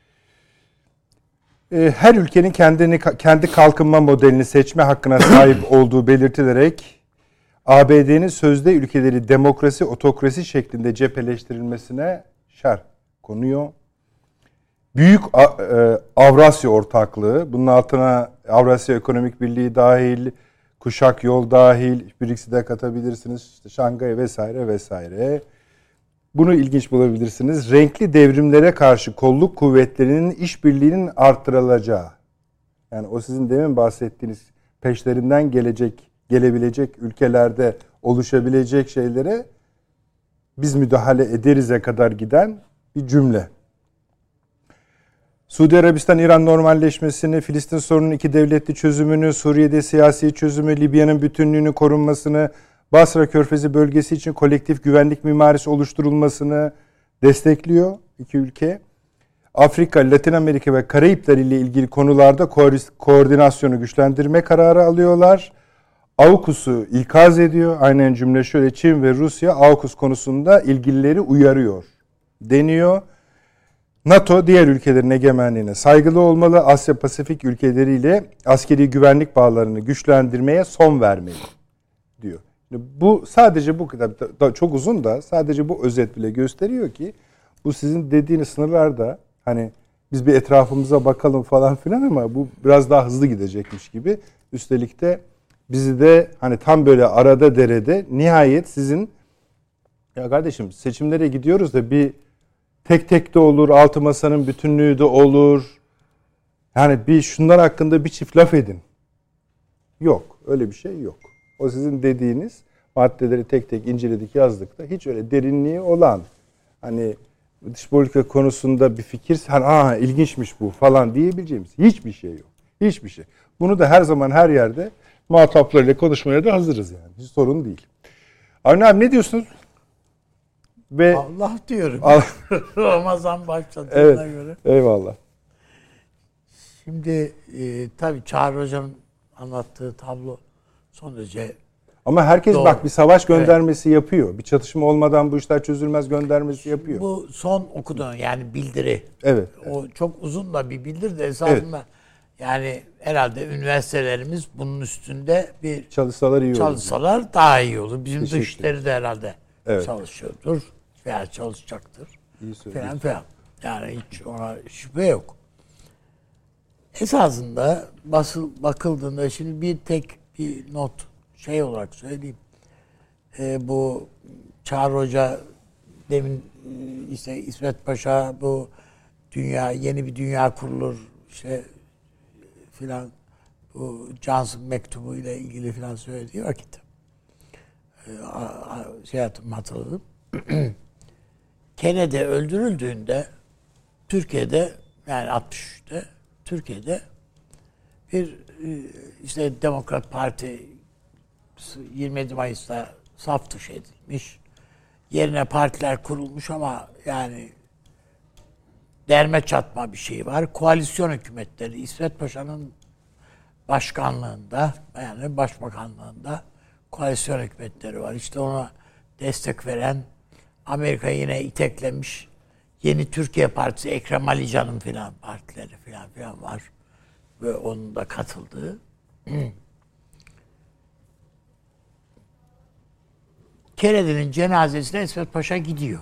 Her ülkenin kendini kendi kalkınma modelini seçme hakkına sahip olduğu belirtilerek A B D'nin sözde ülkeleri demokrasi, otokrasi şeklinde cepheleştirilmesine şerh konuyor. Büyük Avrasya ortaklığı, bunun altına Avrasya Ekonomik Birliği dahil, Kuşak Yol dahil, B R I C S'i de katabilirsiniz, işte Şangay vesaire vesaire. Bunu ilginç bulabilirsiniz. Renkli devrimlere karşı kolluk kuvvetlerinin işbirliğinin artırılacağı. Yani o sizin demin bahsettiğiniz peşlerinden gelecek, gelebilecek ülkelerde oluşabilecek şeylere biz müdahale ederize kadar giden bir cümle. Suudi Arabistan-İran normalleşmesini, Filistin sorununun iki devletli çözümünü, Suriye'de siyasi çözümü, Libya'nın bütünlüğünü korunmasını, Basra Körfezi bölgesi için kolektif güvenlik mimarisi oluşturulmasını destekliyor iki ülke. Afrika, Latin Amerika ve Karayipler ile ilgili konularda ko- koordinasyonu güçlendirme kararı alıyorlar. AUKUS'u ikaz ediyor. Aynen cümle şöyle: Çin ve Rusya AUKUS konusunda ilgilileri uyarıyor deniyor. NATO diğer ülkelerin egemenliğine saygılı olmalı. Asya Pasifik ülkeleriyle askeri güvenlik bağlarını güçlendirmeye son vermeli diyor. Bu sadece bu kadar da çok uzun da sadece bu özet bile gösteriyor ki bu sizin dediğiniz sınırlarda hani biz bir etrafımıza bakalım falan filan ama bu biraz daha hızlı gidecekmiş gibi. Üstelik de bizi de hani tam böyle arada derede nihayet sizin ya kardeşim seçimlere gidiyoruz da bir tek tek de olur, altı masanın bütünlüğü de olur. Yani bir şunlar hakkında bir çift laf edin. Yok, öyle bir şey yok. O sizin dediğiniz maddeleri tek tek inceledik, yazdık da hiç öyle derinliği olan hani dış politika konusunda bir fikir, hani aa ilginçmiş bu falan diyebileceğimiz hiçbir şey yok. Hiçbir şey. Bunu da her zaman her yerde muhataplarıyla konuşmaya da hazırız yani. Hiç sorun değil. Avni abi ne diyorsunuz? Ve Allah diyorum. Al- Ramazan başladığına evet, göre. eyvallah. Şimdi e, tabii Çağrı Hocam anlattığı tablo son derece. Ama herkes Doğru. bak bir savaş göndermesi evet. yapıyor. Bir çatışma olmadan bu işler çözülmez göndermesi yapıyor. Bu son okuduğun yani bildiri. Evet. O evet. çok uzun da bir bildiri de esasında evet. yani herhalde üniversitelerimiz bunun üstünde bir çalışsalar iyi olur. Çalışsalar daha iyi olur. Bizim dışişleri de herhalde evet. çalışıyordur veya çalışacaktır. Falan falan. Yani hiç ona şüphe yok. Esasında basıl bakıldığında şimdi bir tek bir not şey olarak söyleyeyim. Ee, bu Çağrı Hoca demin işte İsmet Paşa bu dünya yeni bir dünya kurulur işte filan bu Johnson mektubu ile ilgili filan söylediği vakit ee, şey hatırladım. Kennedy öldürüldüğünde Türkiye'de yani altmış üçte Türkiye'de bir işte Demokrat Parti yirmi yedi Mayıs'ta saf dışı edilmiş. Yerine partiler kurulmuş ama yani derme çatma bir şey var. Koalisyon hükümetleri İsmet Paşa'nın başkanlığında yani başbakanlığında koalisyon hükümetleri var. İşte ona destek veren Amerika yine iteklemiş Yeni Türkiye Partisi, Ekrem Ali Can'ın filan partileri filan filan var. Ve onun da katıldığı. Kennedy'nin cenazesine İsmet Paşa gidiyor.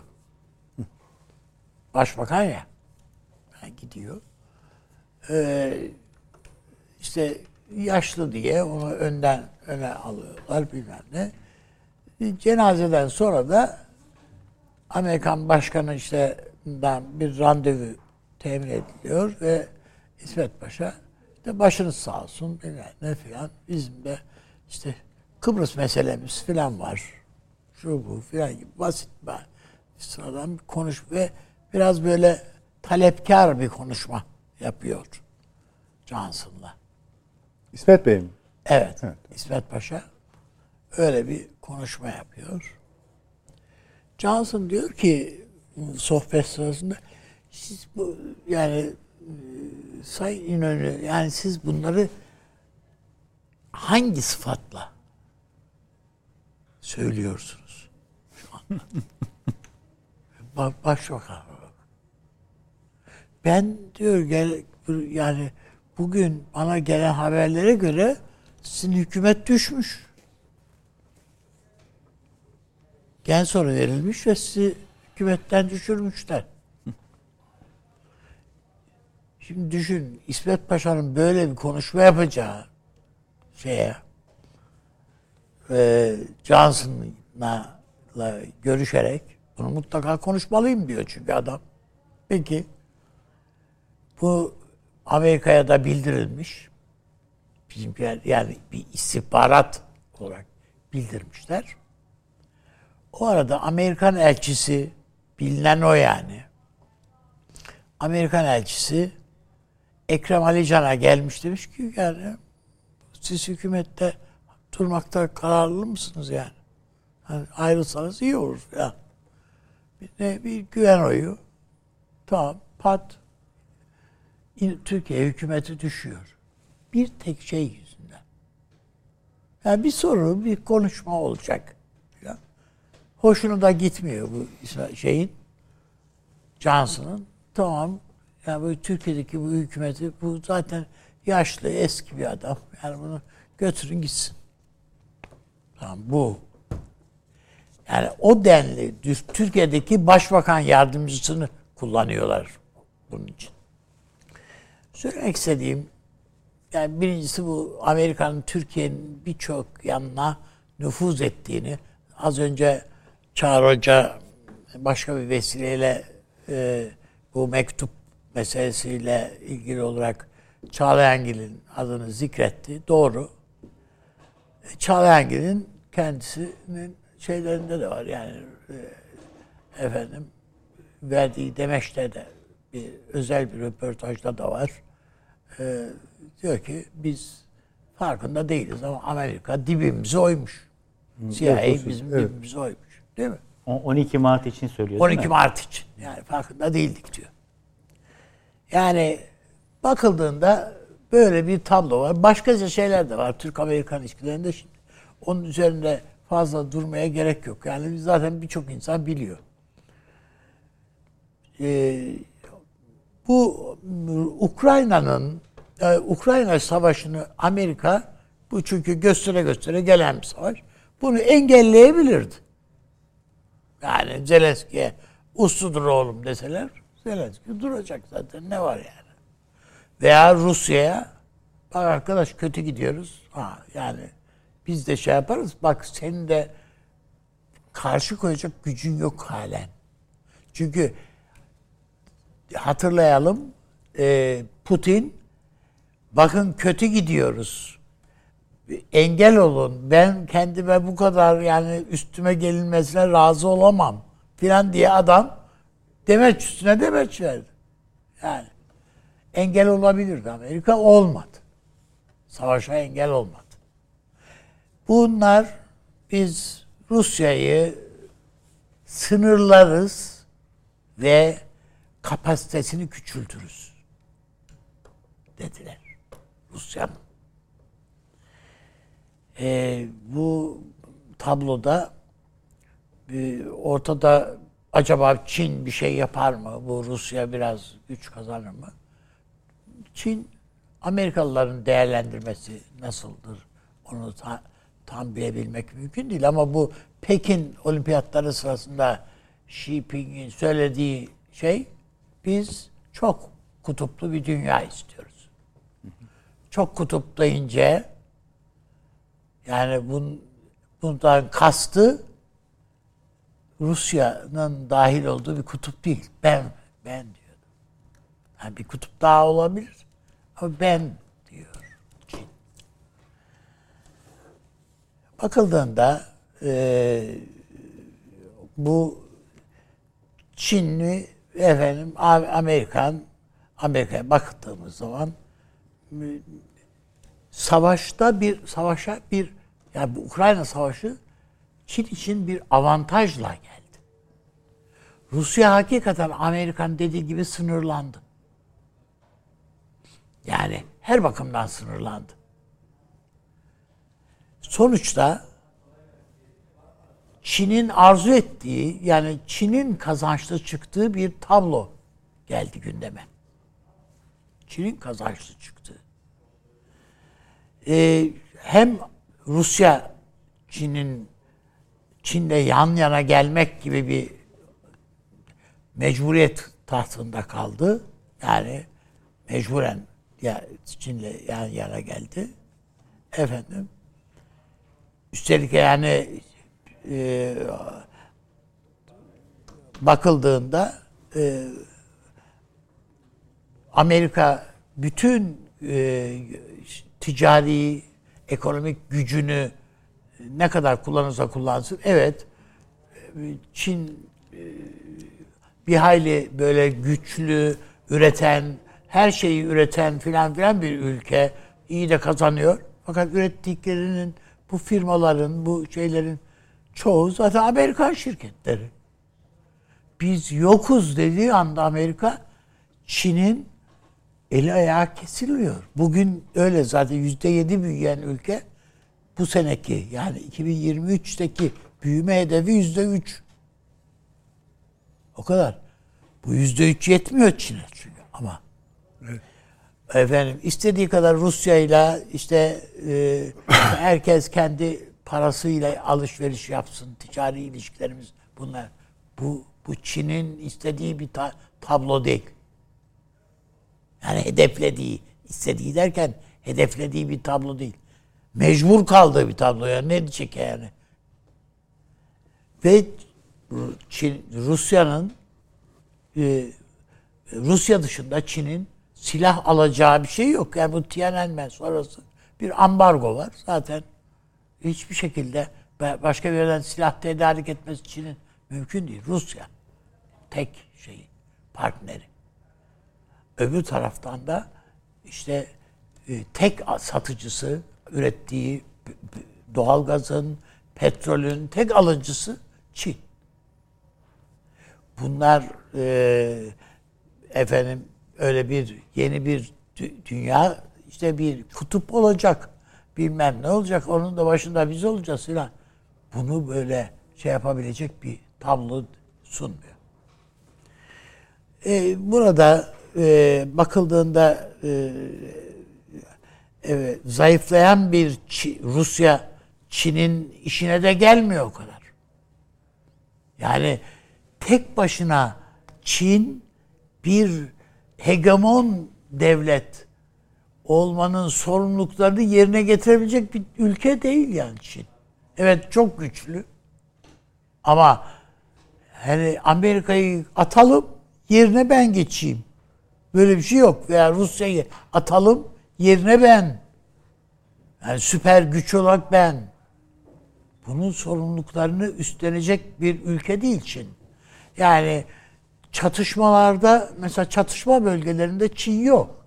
Başbakan ya. Yani gidiyor. Ee, işte yaşlı diye onu önden öne alıyorlar bilmem ne. Cenazeden sonra da Amerikan başkanı işte bir randevu temin ediliyor ve İsmet Paşa de başınız sağ olsun bilmem ne filan bizim de işte Kıbrıs meselemiz filan var. Şu bu filan gibi basit bir sıradan bir konuş ve biraz böyle talepkar bir konuşma yapıyor Johnson'la. İsmet Bey mi? Evet, evet. İsmet Paşa öyle bir konuşma yapıyor. Johnson diyor ki sohbet sırasında siz bu yani Sayın İnönü yani siz bunları hangi sıfatla söylüyorsunuz şu anda? Başbakan olarak. Ben diyor gel yani bugün bana gelen haberlere göre sizin hükümet düşmüş. Gen sonra verilmiş ve sizi hükümetten düşürmüşler. Şimdi düşün İsmet Paşa'nın böyle bir konuşma yapacağı şeye e, Johnson'la görüşerek bunu mutlaka konuşmalıyım diyor çünkü adam. Peki bu Amerika'ya da bildirilmiş. Bizimkiler yani bir istihbarat olarak bildirmişler. O arada Amerikan elçisi bilinen o yani. Amerikan elçisi Ekrem Ali Can'a gelmiş demiş ki yani siz hükümette durmakta kararlı mısınız yani? Hani ayrılsanız iyi olur falan. Bir, bir güven oyu. Tamam pat Türkiye hükümeti düşüyor. Bir tek şey yüzünden. Yani bir soru, bir konuşma olacak. Falan. Hoşuna da gitmiyor bu şeyin Johnson'ın. Tamam. Yani bu Türkiye'deki bu hükümeti bu zaten yaşlı, eski bir adam. Yani bunu götürün gitsin. Tamam bu. Yani o denli Türkiye'deki başbakan yardımcısını kullanıyorlar bunun için. Söylemek istediğim yani birincisi bu Amerika'nın Türkiye'nin birçok yanına nüfuz ettiğini az önce Çağrı Hoca başka bir vesileyle e, bu mektup meselesiyle ilgili olarak Çağlayangil'in adını zikretti. Doğru. Çağlayangil'in kendisinin şeylerinde de var yani e, efendim verdiği demeçte de bir özel bir röportajda da var. E, diyor ki biz farkında değiliz ama Amerika dibimize oymuş. C I A evet, bizim evet. dibimize oymuş. Değil mi? on iki Mart için söylüyor on iki Mart için. Yani farkında değildik diyor. Yani bakıldığında Böyle bir tablo var. Başka şeyler de var Türk-Amerikan ilişkilerinde. Şimdi onun üzerinde fazla durmaya gerek yok. Yani zaten birçok insan biliyor. Ee, bu Ukrayna'nın e, Ukrayna Savaşı'nı Amerika, bu çünkü göstere göstere gelen bir savaş, bunu engelleyebilirdi. Yani Zelenski'ye uslu dur oğlum deseler, Zelenski duracak zaten, ne var yani. Veya Rusya'ya, bak arkadaş kötü gidiyoruz. Ha, yani biz de şey yaparız. Bak senin de karşı koyacak gücün yok halen. Çünkü hatırlayalım, Putin, bakın kötü gidiyoruz, engel olun, ben kendime bu kadar yani üstüme gelinmesine razı olamam filan diye adam demeç üstüne demeç verdi. Yani engel olabilirdi Amerika, olmadı. Savaşa engel olmadı. Bunlar, biz Rusya'yı sınırlarız ve kapasitesini küçültürüz dediler Rusya'nın. Ee, bu tabloda e, ortada acaba Çin bir şey yapar mı? Bu Rusya biraz güç kazanır mı? Çin, Amerikalıların değerlendirmesi nasıldır? Onu ta, tam bilebilmek mümkün değil ama bu Pekin olimpiyatları sırasında Xi Jinping'in söylediği şey, biz çok kutuplu bir dünya istiyoruz. Çok kutup deyince yani bun, bundan kastı Rusya'nın dahil olduğu bir kutup değil. Ben, ben diyordu. Yani bir kutup daha olabilir ama ben diyor Çin. Bakıldığında e, bu Çinli efendim Amerikan Amerika'ya baktığımız zaman savaşta bir savaşa bir yani bu Ukrayna Savaşı Çin için bir avantajla geldi. Rusya hakikaten Amerikan dediği gibi sınırlandı. Yani her bakımdan sınırlandı. Sonuçta Çin'in arzu ettiği, yani Çin'in kazançlı çıktığı bir tablo geldi gündeme. Çin'in kazançlı çıktığı. Ee, hem Rusya Çin'in Çin'le yan yana gelmek gibi bir mecburiyet tahtında kaldı. Yani mecburen ya Çin'le yan yana geldi. Efendim. Üstelik yani e, bakıldığında e, Amerika bütün e, ticari, ekonomik gücünü ne kadar kullanırsa kullansın, evet, Çin bir hayli böyle güçlü, üreten, her şeyi üreten filan filan bir ülke, iyi de kazanıyor. Fakat ürettiklerinin, bu firmaların, bu şeylerin çoğu zaten Amerikan şirketleri. Biz yokuz dediği anda Amerika, Çin'in eli ayağı kesiliyor. Bugün öyle zaten yüzde yedi büyüyen ülke, bu seneki yani iki bin yirmi üçteki büyüme hedefi yüzde üç. O kadar. Bu yüzde üç yetmiyor Çin'e çünkü ama. Evet. Efendim istediği kadar Rusya'yla işte e, herkes kendi parasıyla alışveriş yapsın, ticari ilişkilerimiz bunlar. Bu bu Çin'in istediği bir ta- tablo değil. Yani hedeflediği, istediği derken hedeflediği bir tablo değil. Mecbur kaldığı bir tablo yani, ne diyecek yani. Ve Çin, Rusya'nın e, Rusya dışında Çin'in silah alacağı bir şey yok. Yani bu Tiananmen sonrası bir ambargo var. Zaten hiçbir şekilde başka bir yerden silah tedarik etmesi Çin'in mümkün değil. Rusya tek şeyi, partneri. Öbür taraftan da işte e, tek satıcısı, ürettiği doğalgazın, petrolün tek alıcısı Çin. Bunlar e, efendim öyle bir yeni bir dünya işte bir kutup olacak. Bilmem ne olacak. Onun da başında biz olacağız filan. Bunu böyle şey yapabilecek bir tablo sunmuyor. Ee, burada e, bakıldığında e, evet, zayıflayan bir Çi- Rusya Çin'in işine de gelmiyor o kadar. Yani tek başına Çin bir hegemon devlet olmanın sorumluluklarını yerine getirebilecek bir ülke değil yani Çin. Evet çok güçlü. Ama hani Amerika'yı atalım yerine ben geçeyim. Böyle bir şey yok. Veya Rusya'yı atalım yerine ben. Yani süper güç olarak ben. Bunun sorumluluklarını üstlenecek bir ülke değil Çin. Yani çatışmalarda mesela çatışma bölgelerinde Çin yok.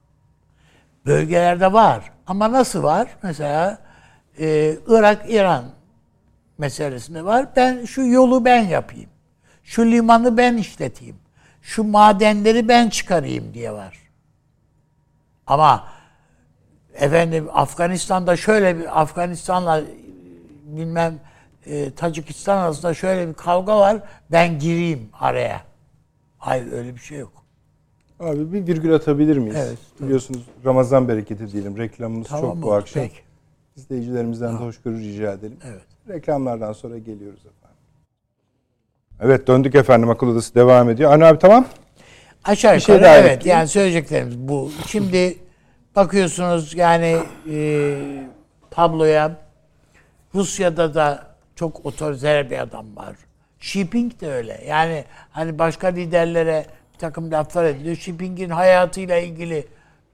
Bölgelerde var. Ama nasıl var? Mesela e, Irak-İran meselesinde var. Ben şu yolu ben yapayım. Şu limanı ben işleteyim. Şu madenleri ben çıkarayım diye var. Ama efendim Afganistan'da şöyle bir Afganistan'la bilmem e, Tacikistan arasında şöyle bir kavga var. Ben gireyim araya. Hayır öyle bir şey yok. Abi bir virgül atabilir miyiz? Evet. Biliyorsunuz Ramazan bereketi diyelim. Reklamımız Tamam çok mı? bu akşam. Peki. İzleyicilerimizden de hoşgörü rica edelim. Evet. Reklamlardan sonra geliyoruz efendim. Evet döndük efendim. Akıl Odası devam ediyor. Anne abi tamam. Aşağı Bir şey yukarı daha evet ekleyeyim. yani söyleyeceklerimiz bu. Şimdi bakıyorsunuz yani e, tabloya Rusya'da da çok otoriter bir adam var. Xi Jinping de öyle. Yani hani başka liderlere bir takım laflar ediliyor. Xi Jinping'in hayatıyla ilgili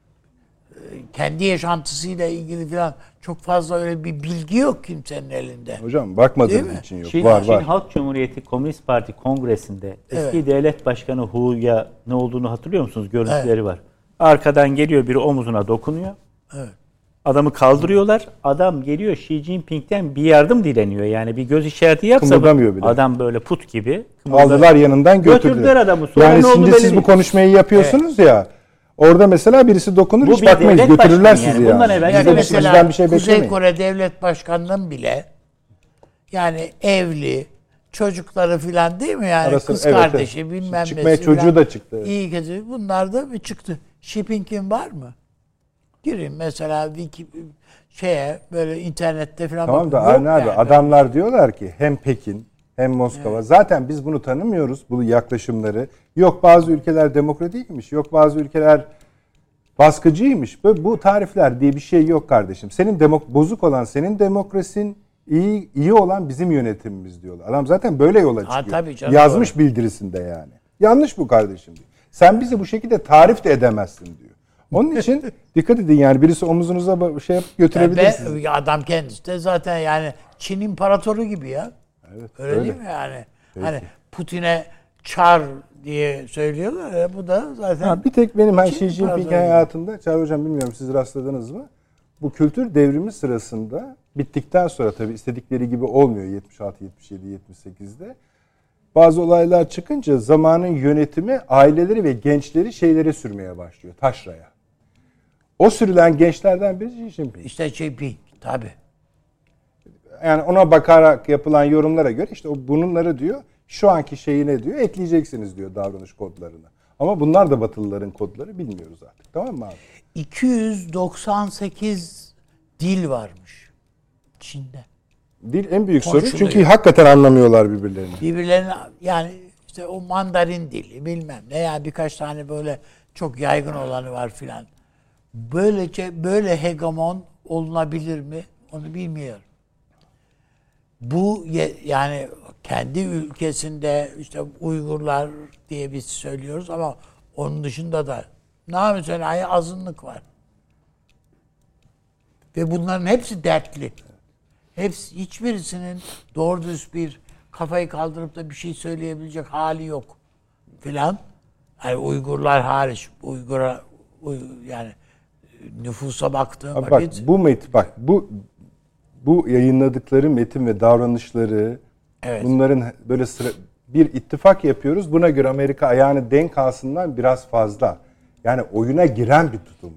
kendi yaşantısıyla ilgili falan çok fazla öyle bir bilgi yok kimsenin elinde. Hocam bakmadığınız Değil mi? için yok. Çin, var Çin var. Halk Cumhuriyeti Komünist Parti Kongresi'nde eski Evet. devlet başkanı Hu'ya ne olduğunu hatırlıyor musunuz? Görüntüleri Evet. var. Arkadan geliyor biri omuzuna dokunuyor. Evet. Adamı kaldırıyorlar. Adam geliyor Xi Jinping'ten bir yardım dileniyor. Yani bir göz işareti yapsa Kımıldamıyor bile. adam böyle put gibi. Aldılar yanından götürdüler. Götürdüler adamı. Sonra yani ne oldu şimdi belli siz bu değil. konuşmayı yapıyorsunuz ya. Orada mesela birisi dokunur Bu hiç bir bakmayız. devlet Götürürler başkanı sizi yani. Bundan yani. evvel- Biz Yani de mesela bizden bir şey Kuzey beklemeyin. Kore Devlet Başkanı'nın bile yani evli, çocukları filan değil mi yani Arası- kız evet, kardeşi evet. bilmem Çıkmaya nesi çocuğu filan. da çıktı, evet. İyi kötü bunlar da bir çıktı. Xi Jinping'in var mı? Girin mesela Wiki şeye böyle internette filan Tamam da bakın. Yok Arne abi yani. adamlar diyorlar ki hem Pekin hem Moskova. Zaten biz bunu tanımıyoruz bu yaklaşımları. Yok bazı ülkeler demokratikmiş. Yok bazı ülkeler baskıcıymış. Böyle bu tarifler diye bir şey yok kardeşim. Senin demok bozuk olan senin demokrasin, iyi iyi olan bizim yönetimimiz diyorlar. Adam zaten böyle yola Ha, çıkıyor. tabii canım, Yazmış bildirisinde yani. Yanlış bu kardeşim diyor. Sen bizi bu şekilde tarif de edemezsin diyor. Onun için dikkat edin yani birisi omuzunuza ba- şey yapıp götürebilir Ve sizi. adam kendisi de zaten yani Çin imparatoru gibi ya. Evet, Öyle, öyle. değil mi yani? Peki. Hani Putin'e çar diye söylüyorlar ya bu da zaten Ha, bir tek benim hani Çin Xi Jinping imparatoru. hayatında, Çağrı Hocam bilmiyorum siz rastladınız mı? Bu kültür devrimi sırasında bittikten sonra tabii istedikleri gibi olmuyor yetmiş altı, yetmiş yedi, yetmiş sekizde. Bazı olaylar çıkınca zamanın yönetimi aileleri ve gençleri şeylere sürmeye başlıyor. Taşraya. O sürülen gençlerden biri Xi Jinping. işte Xi Jinping tabii. Yani ona bakarak yapılan yorumlara göre işte o bunları diyor şu anki şeyi ne diyor ekleyeceksiniz diyor davranış kodlarına. Ama bunlar da Batılıların kodları bilmiyoruz artık. Tamam mı abi? iki yüz doksan sekiz dil varmış Çin'de. Dil en büyük sorun Konuşuluyor. çünkü hakikaten anlamıyorlar birbirlerini. Birbirlerine yani işte o Mandarin dili bilmem ne yani birkaç tane böyle çok yaygın olanı var filan. Böylece böyle hegemon olunabilir mi? Onu bilmiyorum. Bu ye- yani kendi ülkesinde işte Uygurlar diye biz söylüyoruz ama onun dışında da namütenayi azınlık var. Ve bunların hepsi dertli. Hepsi hiçbirisinin doğru düz bir kafayı kaldırıp da bir şey söyleyebilecek hali yok filan. Yani Uygurlar hariç Uygur'a Uy, yani nüfusa baktığım Abi bak vakit bu met bak bu bu yayınladıkları metin ve davranışları Evet. bunların böyle sıra, bir ittifak yapıyoruz. Buna göre Amerika ayağını denk alsınlar biraz fazla. Yani oyuna giren bir tutum bu.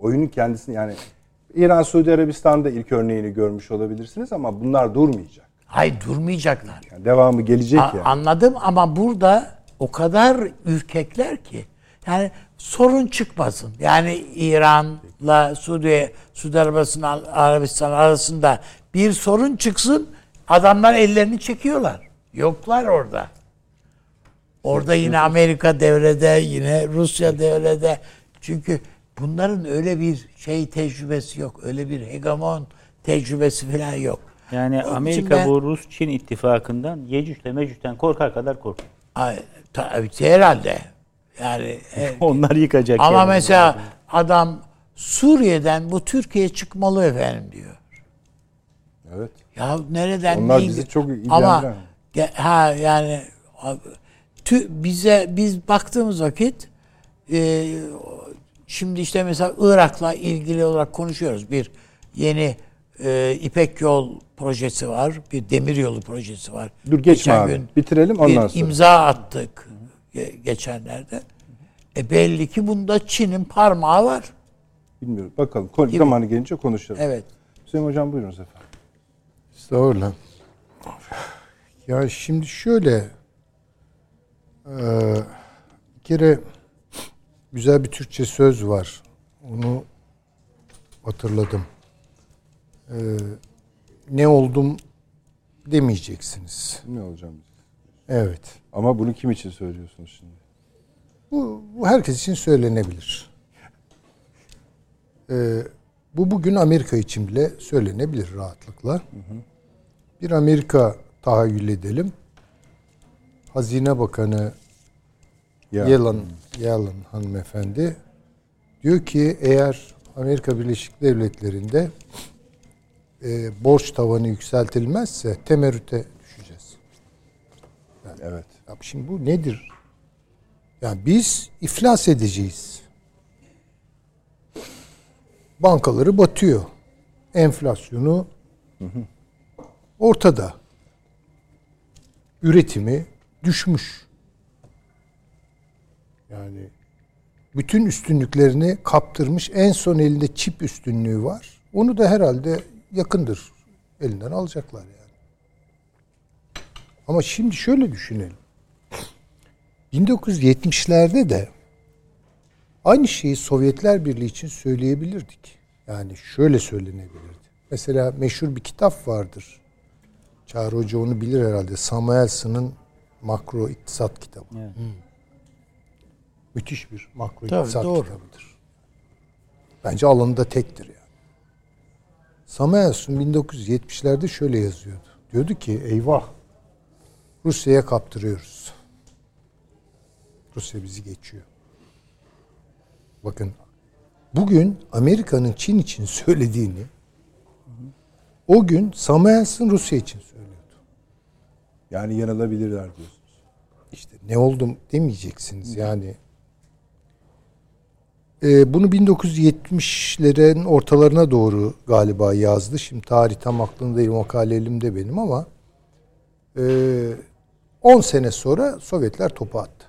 Oyunun kendisini yani İran, Suudi Arabistan'da ilk örneğini görmüş olabilirsiniz ama bunlar durmayacak. Hayır, durmayacaklar. Yani devamı gelecek A- yani. Anladım ama burada o kadar ürkekler ki. Yani sorun çıkmasın. Yani İran'la Suudi, Suudi Arabistan, Arabistan arasında bir sorun çıksın, adamlar ellerini çekiyorlar. Yoklar orada. Orada yine Amerika devrede, yine Rusya devrede. Çünkü bunların öyle bir şey tecrübesi yok. Öyle bir hegemon tecrübesi falan yok. Yani Onun Amerika için ben- bu Rus-Çin ittifakından Yecüc'le Mecüc'ten korkar kadar korkuyor. Ay, tabii herhalde. Yani e, Onlar yıkacak. ama yani. mesela adam Suriye'den bu Türkiye çıkmalı efendim diyor. Evet. Ya nereden? Onlar neyi- bizi çok Ama ilgilendiren. ge- ha yani abi, tü, bize biz baktığımız vakit e, şimdi işte mesela Irak'la ilgili olarak konuşuyoruz. Bir yeni e, İpek Yol projesi var. Bir demir yolu projesi var. Dur geçme Geçen abi. gün Bitirelim ondan bir sonra. imza attık ge- geçenlerde. E belli ki bunda Çin'in parmağı var. Bilmiyorum. Bakalım. Kon- zamanı gelince konuşuruz. Evet. Hüseyin Hocam buyurunuz efendim. Estağfurullah. Ya şimdi şöyle e, bir kere güzel bir Türkçe söz var. Onu hatırladım. E, ne oldum demeyeceksiniz. Ne olacağım? Evet. Ama bunu kim için söylüyorsunuz şimdi? Bu, bu herkes için söylenebilir. E, bu bugün Amerika için bile söylenebilir rahatlıkla. Hı hı. Bir Amerika tahayyül edelim. Hazine Bakanı Ya. Yellen, Yellen hanımefendi diyor ki eğer Amerika Birleşik Devletleri'nde e, borç tavanı yükseltilmezse temerrüte düşeceğiz. Yani, Evet. ya şimdi bu nedir? Yani biz iflas edeceğiz. Bankaları batıyor. Enflasyonu hı hı. ortada. Üretimi düşmüş. Yani bütün üstünlüklerini kaptırmış. En son elinde çip üstünlüğü var. Onu da herhalde yakındır elinden alacaklar yani. Ama şimdi şöyle düşünelim. bin dokuz yüz yetmişlerde de aynı şeyi Sovyetler Birliği için söyleyebilirdik. Yani şöyle söylenebilirdi. Mesela meşhur bir kitap vardır. Çağrı Hoca onu bilir herhalde. Samuelson'ın Makro İktisat kitabı. Evet. Hmm. Müthiş bir makro Tabii, iktisat doğru. kitabıdır. Bence alanında tektir yani. Samuelson bin dokuz yüz yetmişlerde şöyle yazıyordu. Diyordu ki eyvah Rusya'ya kaptırıyoruz. Rusya bizi geçiyor. Bakın bugün Amerika'nın Çin için söylediğini o gün Samuelson Rusya için söylüyordu. Yani yanılabilirler diyorsunuz. İşte ne oldum demeyeceksiniz yani. Ee, bunu bin dokuz yüz yetmişlerin ortalarına doğru galiba yazdı. Şimdi tarih tam aklımda değil, makale elimde benim ama on e, sene sonra Sovyetler topu attı.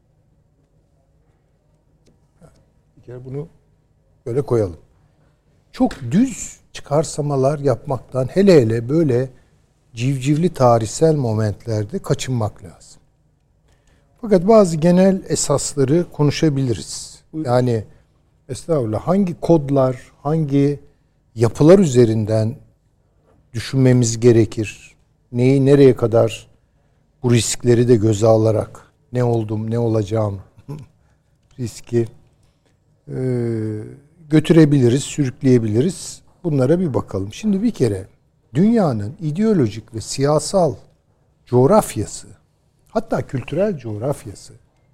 Bir kere bunu böyle koyalım. Çok düz çıkarsamalar yapmaktan hele hele böyle civcivli tarihsel momentlerde kaçınmak lazım. Fakat bazı genel esasları konuşabiliriz. Yani estağfurullah hangi kodlar, hangi yapılar üzerinden düşünmemiz gerekir? Neyi nereye kadar bu riskleri de göze alarak ne oldum, ne olacağım riski e, götürebiliriz, sürükleyebiliriz. Bunlara bir bakalım. Şimdi bir kere dünyanın ideolojik ve siyasal coğrafyası, hatta kültürel coğrafyası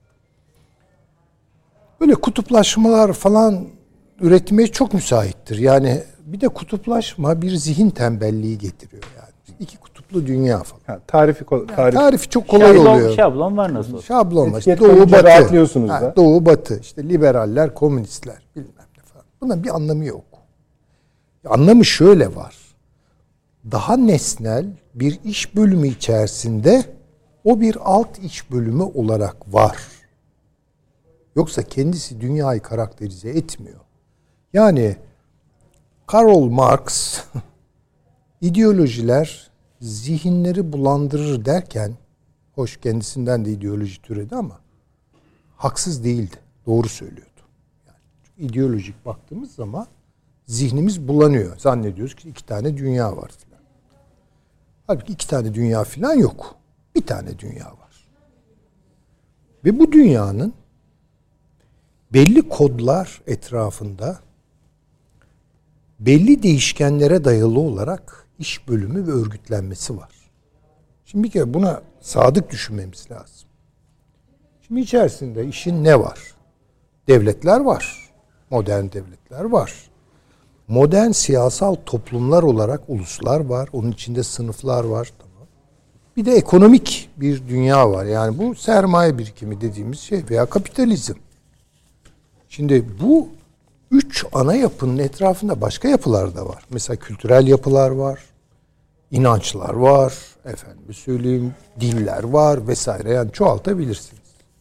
böyle kutuplaşmalar falan üretmeye çok müsaittir. Yani bir de kutuplaşma bir zihin tembelliği getiriyor yani. İki kutuplu dünya falan. Ha, tarifi kol- Yani tarif. tarifi çok kolay şablon, oluyor. Şablon var nasıl olsa. Şablon var. İşte Etiket Doğu koyunca Batı. rahatlıyorsunuz Ha, da. Doğu Batı. İşte liberaller, komünistler bilmem ne falan. Bunun bir anlamı yok. Anlamı şöyle var. Daha nesnel bir iş bölümü içerisinde o bir alt iş bölümü olarak var. Yoksa kendisi dünyayı karakterize etmiyor. Yani Karl Marx ideolojiler zihinleri bulandırır derken, hoş kendisinden de ideoloji türedi ama haksız değildi. Doğru söylüyordu. Yani ideolojik baktığımız zaman zihnimiz bulanıyor. Zannediyoruz ki iki tane dünya var filan. Halbuki iki tane dünya filan yok. Bir tane dünya var. Ve bu dünyanın belli kodlar etrafında belli değişkenlere dayalı olarak iş bölümü ve örgütlenmesi var. Şimdi bir kere buna sadık düşünmemiz lazım. Şimdi içerisinde işin ne var? Devletler var. Modern devletler var. Modern siyasal toplumlar olarak uluslar var. Onun içinde sınıflar var. Tamam. Bir de ekonomik bir dünya var. Yani bu sermaye birikimi dediğimiz şey veya kapitalizm. Şimdi bu üç ana yapının etrafında başka yapılar da var. Mesela kültürel yapılar var. İnançlar var. Efendim söyleyeyim diller var vesaire. Yani çoğaltabilirsiniz.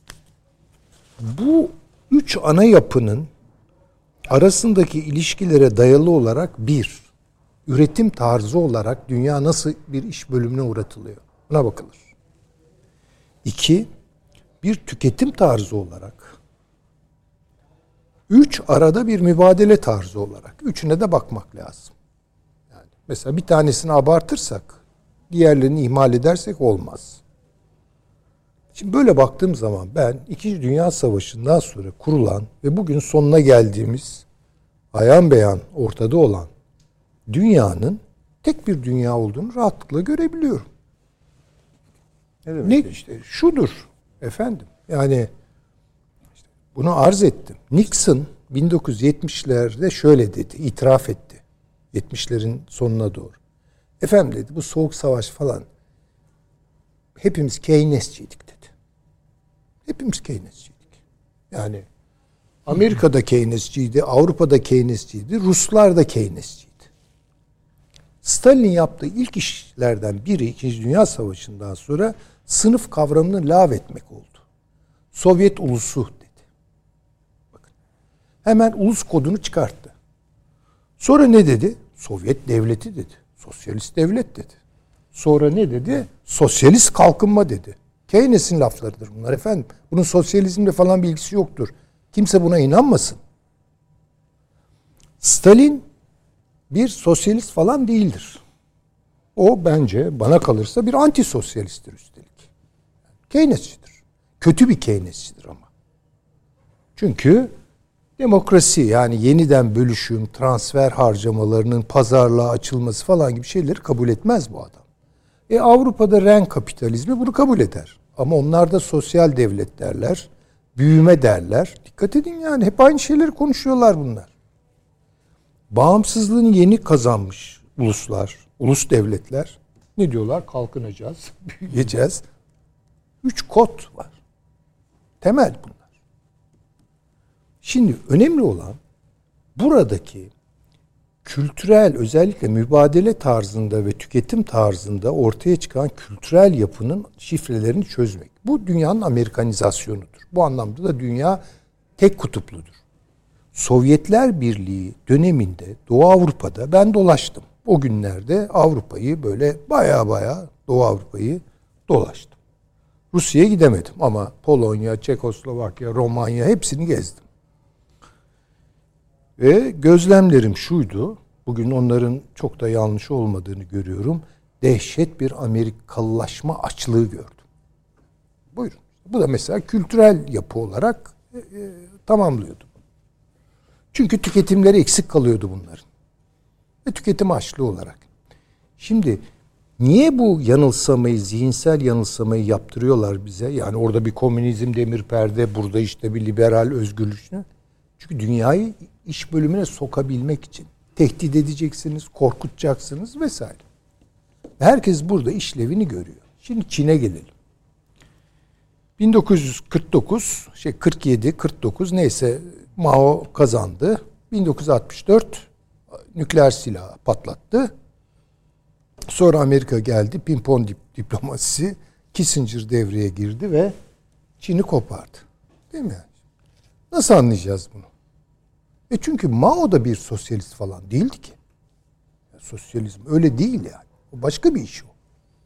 Bu üç ana yapının arasındaki ilişkilere dayalı olarak bir, üretim tarzı olarak dünya nasıl bir iş bölümüne uğratılıyor? Buna bakılır. İki, bir tüketim tarzı olarak. Üç, arada bir mübadele tarzı olarak. Üçüne de bakmak lazım. Yani mesela bir tanesini abartırsak, diğerlerini ihmal edersek olmaz. Şimdi böyle baktığım zaman ben İkinci Dünya Savaşı'ndan sonra kurulan ve bugün sonuna geldiğimiz ayan beyan ortada olan dünyanın tek bir dünya olduğunu rahatlıkla görebiliyorum. Ne demek? Ne işte şudur efendim. Yani işte bunu arz ettim. Nixon bin dokuz yüz yetmişlerde şöyle dedi, itiraf etti. yetmişlerin sonuna doğru. Efendim dedi, bu soğuk savaş falan hepimiz Keynesçiydik dedi. Hepimiz Keynesçiydik. Yani Amerika'da Keynesçiydi, Avrupa'da Keynesçiydi, Ruslar da Keynesçiydi. Stalin yaptığı ilk işlerden biri İkinci Dünya Savaşı'ndan sonra sınıf kavramını lağvetmek oldu. Sovyet ulusu dedi. Bakın. Hemen ulus kodunu çıkarttı. Sonra ne dedi? Sovyet devleti dedi. Sosyalist devlet dedi. Sonra ne dedi? Sosyalist kalkınma dedi. Keynes'in laflarıdır bunlar efendim. Bunun sosyalizmle falan bir ilgisi yoktur. Kimse buna inanmasın. Stalin bir sosyalist falan değildir. O bence bana kalırsa bir antisosyalisttir üstelik. Keynesçidir. Kötü bir Keynesçidir ama. Çünkü demokrasi yani yeniden bölüşüm, transfer harcamalarının pazarlığa açılması falan gibi şeyleri kabul etmez bu adam. E Avrupa'da ren kapitalizmi bunu kabul eder. Ama onlar da sosyal devlet derler, büyüme derler. Dikkat edin yani hep aynı şeyleri konuşuyorlar bunlar. Bağımsızlığını yeni kazanmış uluslar, ulus devletler ne diyorlar? Kalkınacağız, büyüyeceğiz. Üç kod var. Temel bunlar. Şimdi önemli olan buradaki kültürel özellikle mübadele tarzında ve tüketim tarzında ortaya çıkan kültürel yapının şifrelerini çözmek. Bu dünyanın Amerikanizasyonudur. Bu anlamda da dünya tek kutupludur. Sovyetler Birliği döneminde Doğu Avrupa'da ben dolaştım. O günlerde Avrupa'yı böyle baya baya Doğu Avrupa'yı dolaştım. Rusya'ya gidemedim ama Polonya, Çekoslovakya, Romanya hepsini gezdim. Ve gözlemlerim şuydu, bugün onların çok da yanlış olmadığını görüyorum. Dehşet bir Amerikalılaşma açlığı gördüm. Buyurun. Bu da mesela kültürel yapı olarak e, e, tamamlıyordu. Çünkü tüketimleri eksik kalıyordu bunların. Ve tüketim açlığı olarak. Şimdi niye bu yanılsamayı, zihinsel yanılsamayı yaptırıyorlar bize? Yani orada bir komünizm demir perde, burada işte bir liberal özgürlük. Çünkü dünyayı iş bölümüne sokabilmek için tehdit edeceksiniz, korkutacaksınız vesaire. Herkes burada işlevini görüyor. Şimdi Çin'e gelelim. bin dokuz yüz kırk dokuz, şey kırk yedi, kırk dokuz neyse Mao kazandı. bin dokuz yüz altmış dört nükleer silahı patlattı. Sonra Amerika geldi, pimpon diplomasisi, Kissinger devreye girdi ve Çin'i kopardı. Değil mi? Nasıl anlayacağız bunu? E çünkü Mao da bir sosyalist falan değildi ki. Ya sosyalizm öyle değil yani. O başka bir iş o.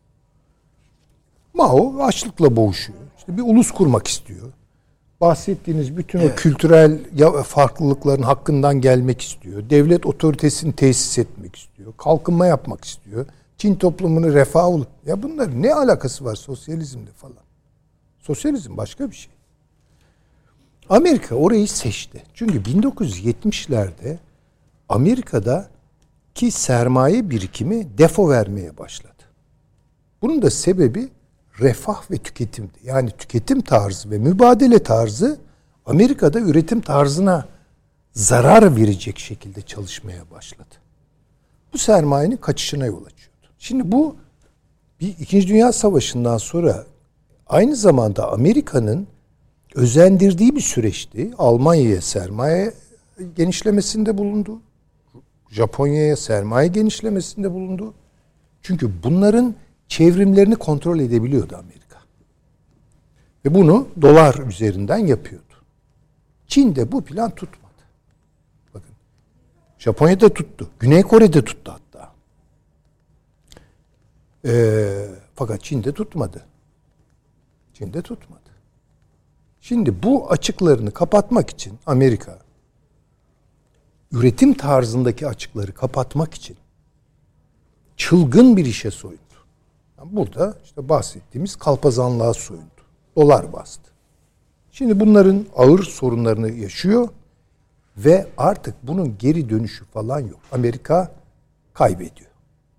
Mao açlıkla boğuşuyor. İşte bir ulus kurmak istiyor. Bahsettiğiniz bütün evet. o kültürel farklılıkların hakkından gelmek istiyor. Devlet otoritesini tesis etmek istiyor. Kalkınma yapmak istiyor. Çin toplumunu refah... Ya bunların ne alakası var sosyalizmle falan? Sosyalizm başka bir şey. Amerika orayı seçti. Çünkü bin dokuz yüz yetmişlerde Amerika'da ki sermaye birikimi defo vermeye başladı. Bunun da sebebi refah ve tüketimdi. Yani tüketim tarzı ve mübadele tarzı Amerika'da üretim tarzına zarar verecek şekilde çalışmaya başladı. Bu sermayenin kaçışına yol açıyordu. Şimdi bu bir İkinci Dünya Savaşı'ndan sonra aynı zamanda Amerika'nın özendirdiği bir süreçti. Almanya'ya sermaye genişlemesinde bulundu. Japonya'ya sermaye genişlemesinde bulundu. Çünkü bunların çevrimlerini kontrol edebiliyordu Amerika. Ve bunu dolar üzerinden yapıyordu. Çin'de bu plan tutmadı. Bakın. Japonya'da tuttu. Güney Kore'de tuttu hatta. Ee, fakat Çin'de tutmadı. Çin'de tutmadı. Şimdi bu açıklarını kapatmak için Amerika üretim tarzındaki açıkları kapatmak için çılgın bir işe soyundu. Burada işte bahsettiğimiz kalpazanlığa soyundu. Dolar bastı. Şimdi bunların ağır sorunlarını yaşıyor ve artık bunun geri dönüşü falan yok. Amerika kaybediyor.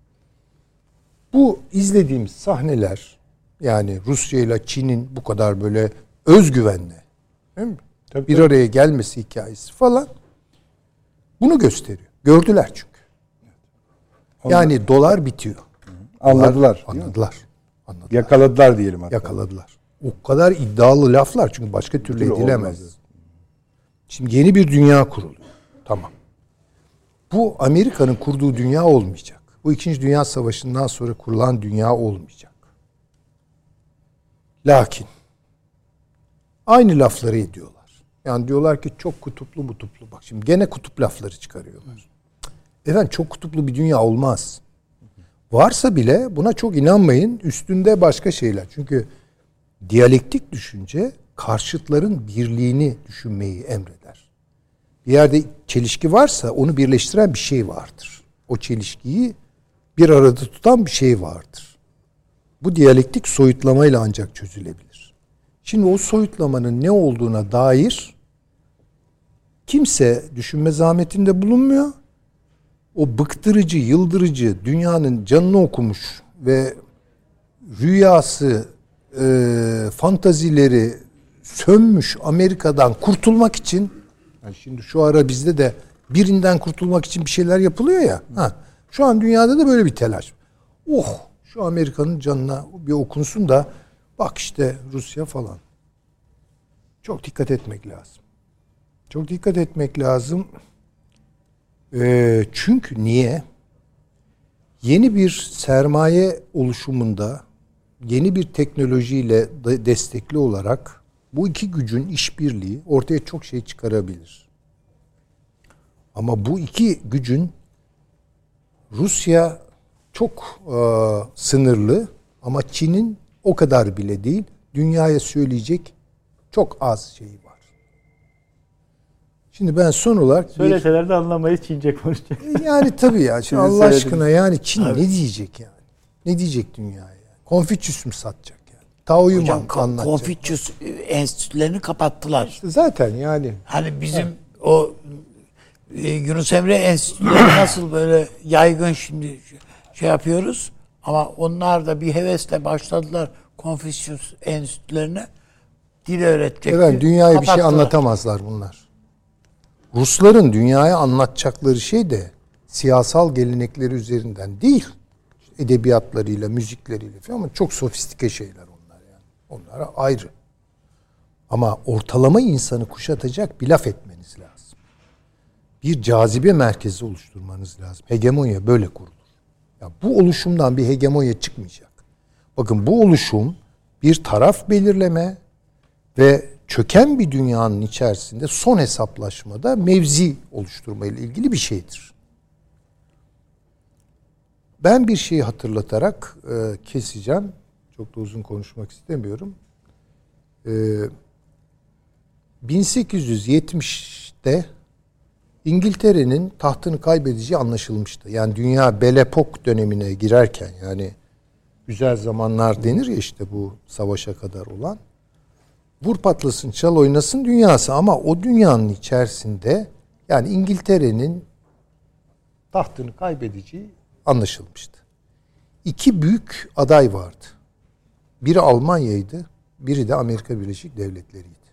Bu izlediğimiz sahneler yani Rusya ile Çin'in bu kadar böyle özgüvenle değil mi? Tabii, bir tabii. araya gelmesi hikayesi falan bunu gösteriyor. Gördüler çünkü. Onlar, yani dolar bitiyor. Anladılar. Anladılar. Anladılar. Yakaladılar diyelim hatta. Yakaladılar. O kadar iddialı laflar çünkü başka türlü edilemez. Olmaz. Şimdi yeni bir dünya kuruluyor. Tamam. Bu Amerika'nın kurduğu dünya olmayacak. Bu İkinci Dünya Savaşı'ndan sonra kurulan dünya olmayacak. Lakin aynı lafları ediyorlar. Yani diyorlar ki çok kutuplu mutuplu. Bak şimdi gene kutup lafları çıkarıyorlar. Efendim çok kutuplu bir dünya olmaz. Varsa bile buna çok inanmayın. Üstünde başka şeyler. Çünkü diyalektik düşünce karşıtların birliğini düşünmeyi emreder. Bir yerde çelişki varsa onu birleştiren bir şey vardır. O çelişkiyi bir arada tutan bir şey vardır. Bu diyalektik soyutlamayla ancak çözülebilir. Şimdi o soyutlamanın ne olduğuna dair kimse düşünme zahmetinde bulunmuyor. O bıktırıcı, yıldırıcı, dünyanın canını okumuş ve rüyası, e, fantazileri sönmüş Amerika'dan kurtulmak için, yani şimdi şu ara bizde de birinden kurtulmak için bir şeyler yapılıyor ya. Ha, şu an dünyada da böyle bir telaş. Oh, şu Amerika'nın canına bir okunsun da bak işte Rusya falan. Çok dikkat etmek lazım. Çok dikkat etmek lazım. E, çünkü niye? Yeni bir sermaye oluşumunda, yeni bir teknolojiyle de destekli olarak bu iki gücün işbirliği ortaya çok şey çıkarabilir. Ama bu iki gücün Rusya çok e, sınırlı ama Çin'in o kadar bile değil. Dünyaya söyleyecek çok az şeyi var. Şimdi ben son olarak... Söyleseler de anlamayız, Çince konuşacak. Yani tabii ya. Şimdi Allah aşkına yani Çin abi ne diyecek yani? Ne diyecek dünyaya? Konfüçyüs mü satacak yani? Tao'yu mu anlatacak? Konfüçyüs enstitülerini kapattılar. İşte zaten yani. Hani bizim evet. o e, Yunus Emre enstitüleri nasıl böyle yaygın şimdi şey yapıyoruz ama onlar da bir hevesle başladılar Konfüçyüs enstitülerine dil öğretecek. Evet, dünyaya bir şey anlatamazlar bunlar. Rusların dünyaya anlatacakları şey de siyasal gelenekleri üzerinden değil. Edebiyatlarıyla, müzikleriyle falan ama çok sofistike şeyler onlar yani. Onlar ayrı. Ama ortalama insanı kuşatacak bir laf etmeniz lazım. Bir cazibe merkezi oluşturmanız lazım. Hegemonya böyle kurulur. Ya bu oluşumdan bir hegemonya çıkmayacak. Bakın bu oluşum bir taraf belirleme ve çöken bir dünyanın içerisinde son hesaplaşmada mevzi oluşturmayla ilgili bir şeydir. Ben bir şeyi hatırlatarak e, keseceğim. Çok da uzun konuşmak istemiyorum. E, bin sekiz yüz yetmişte İngiltere'nin tahtını kaybedeceği anlaşılmıştı. Yani dünya Belepok dönemine girerken, yani güzel zamanlar denir ya işte bu savaşa kadar olan. Vur patlasın, çal oynasın dünyası, ama o dünyanın içerisinde yani İngiltere'nin tahtını kaybedeceği anlaşılmıştı. İki büyük aday vardı. Biri Almanya'ydı, biri de Amerika Birleşik Devletleri'ydi.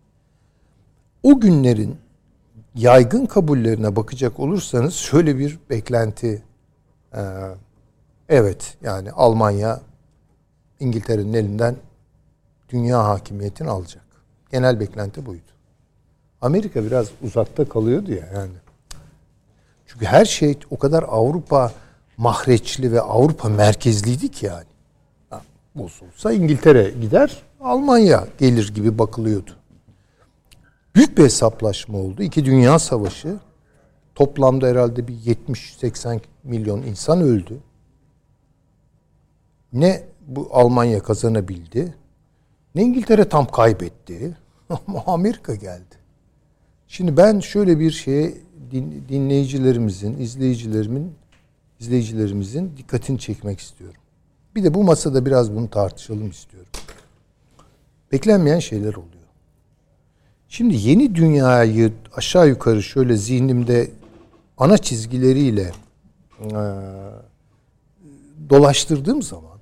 O günlerin yaygın kabullerine bakacak olursanız şöyle bir beklenti, e, evet yani Almanya İngiltere'nin elinden dünya hakimiyetini alacak. Genel beklenti buydu. Amerika biraz uzakta kalıyordu ya yani. Çünkü her şey o kadar Avrupa mahreçli ve Avrupa merkezliydi ki yani. Bozulsa İngiltere gider, Almanya gelir gibi bakılıyordu. Büyük bir hesaplaşma oldu. İki dünya savaşı. Toplamda herhalde bir yetmiş seksen milyon insan öldü. Ne bu Almanya kazanabildi, ne İngiltere tam kaybetti, ama Amerika geldi. Şimdi ben şöyle bir şeye dinleyicilerimizin, izleyicilerimin, izleyicilerimizin dikkatini çekmek istiyorum. Bir de bu masada biraz bunu tartışalım istiyorum. Beklenmeyen şeyler oluyor. Şimdi yeni dünyayı aşağı yukarı şöyle zihnimde ana çizgileriyle e, dolaştırdığım zaman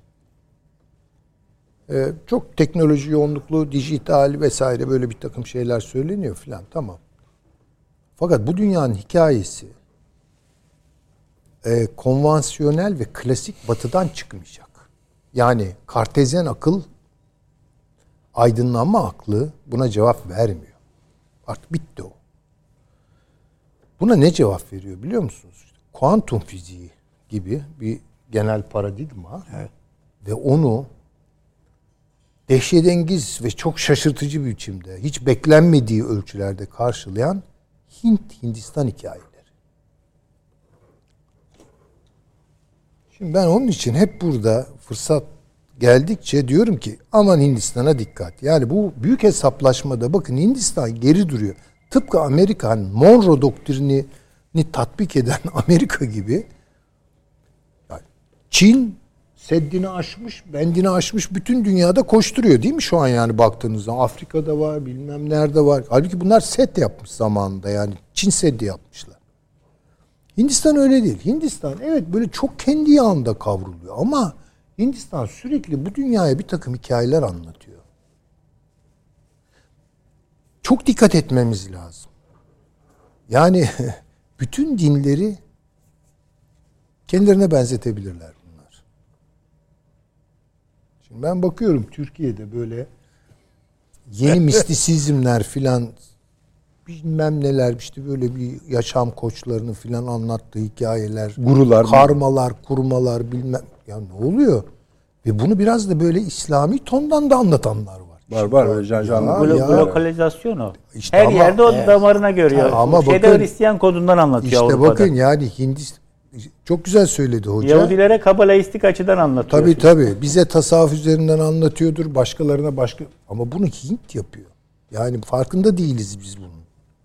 e, çok teknoloji yoğunluklu, dijital vesaire böyle bir takım şeyler söyleniyor filan, tamam. Fakat bu dünyanın hikayesi e, konvansiyonel ve klasik batıdan çıkmayacak. Yani kartezyen akıl, aydınlanma aklı buna cevap vermiyor. Artık bitti o. Buna ne cevap veriyor biliyor musunuz? İşte kuantum fiziği gibi bir genel paradigma, evet, ve onu dehşetengiz ve çok şaşırtıcı bir biçimde, hiç beklenmediği ölçülerde karşılayan Hint-Hindistan hikayeleri. Şimdi ben onun için hep burada fırsat geldikçe diyorum ki aman Hindistan'a dikkat. Yani bu büyük hesaplaşmada bakın Hindistan geri duruyor. Tıpkı Amerikan Monroe doktrinini tatbik eden Amerika gibi. Yani Çin seddini aşmış, bendini aşmış, bütün dünyada koşturuyor değil mi şu an yani baktığınızda? Afrika'da var, bilmem nerede var. Halbuki bunlar set yapmış zamanında, yani Çin seddi yapmışlar. Hindistan öyle değil. Hindistan evet böyle çok kendi yağında kavruluyor ama Hindistan sürekli bu dünyaya bir takım hikayeler anlatıyor. Çok dikkat etmemiz lazım. Yani bütün dinleri kendilerine benzetebilirler bunlar. Şimdi ben bakıyorum Türkiye'de böyle yeni mistisizmler filan, bilmem neler, işte böyle bir yaşam koçlarını filan anlattığı hikayeler, gurular, karmalar, kurmalar, bilmem ya ne oluyor? Ve bunu biraz da böyle İslami tondan da anlatanlar var. Var var öyle can canlı. Glo- Glokalizasyon o. İşte her ama, yerde o evet. damarına görüyor. Ama Şeyde bakın, Hristiyan kodundan anlatıyor İşte Avrupa'da. bakın yani Hindistan çok güzel söyledi hoca. Yahudilere kabalaistik açıdan anlatıyor. Tabii tabii. Bize tasavvuf üzerinden anlatıyordur, başkalarına başka. Ama bunu Hint yapıyor. Yani farkında değiliz biz bunun.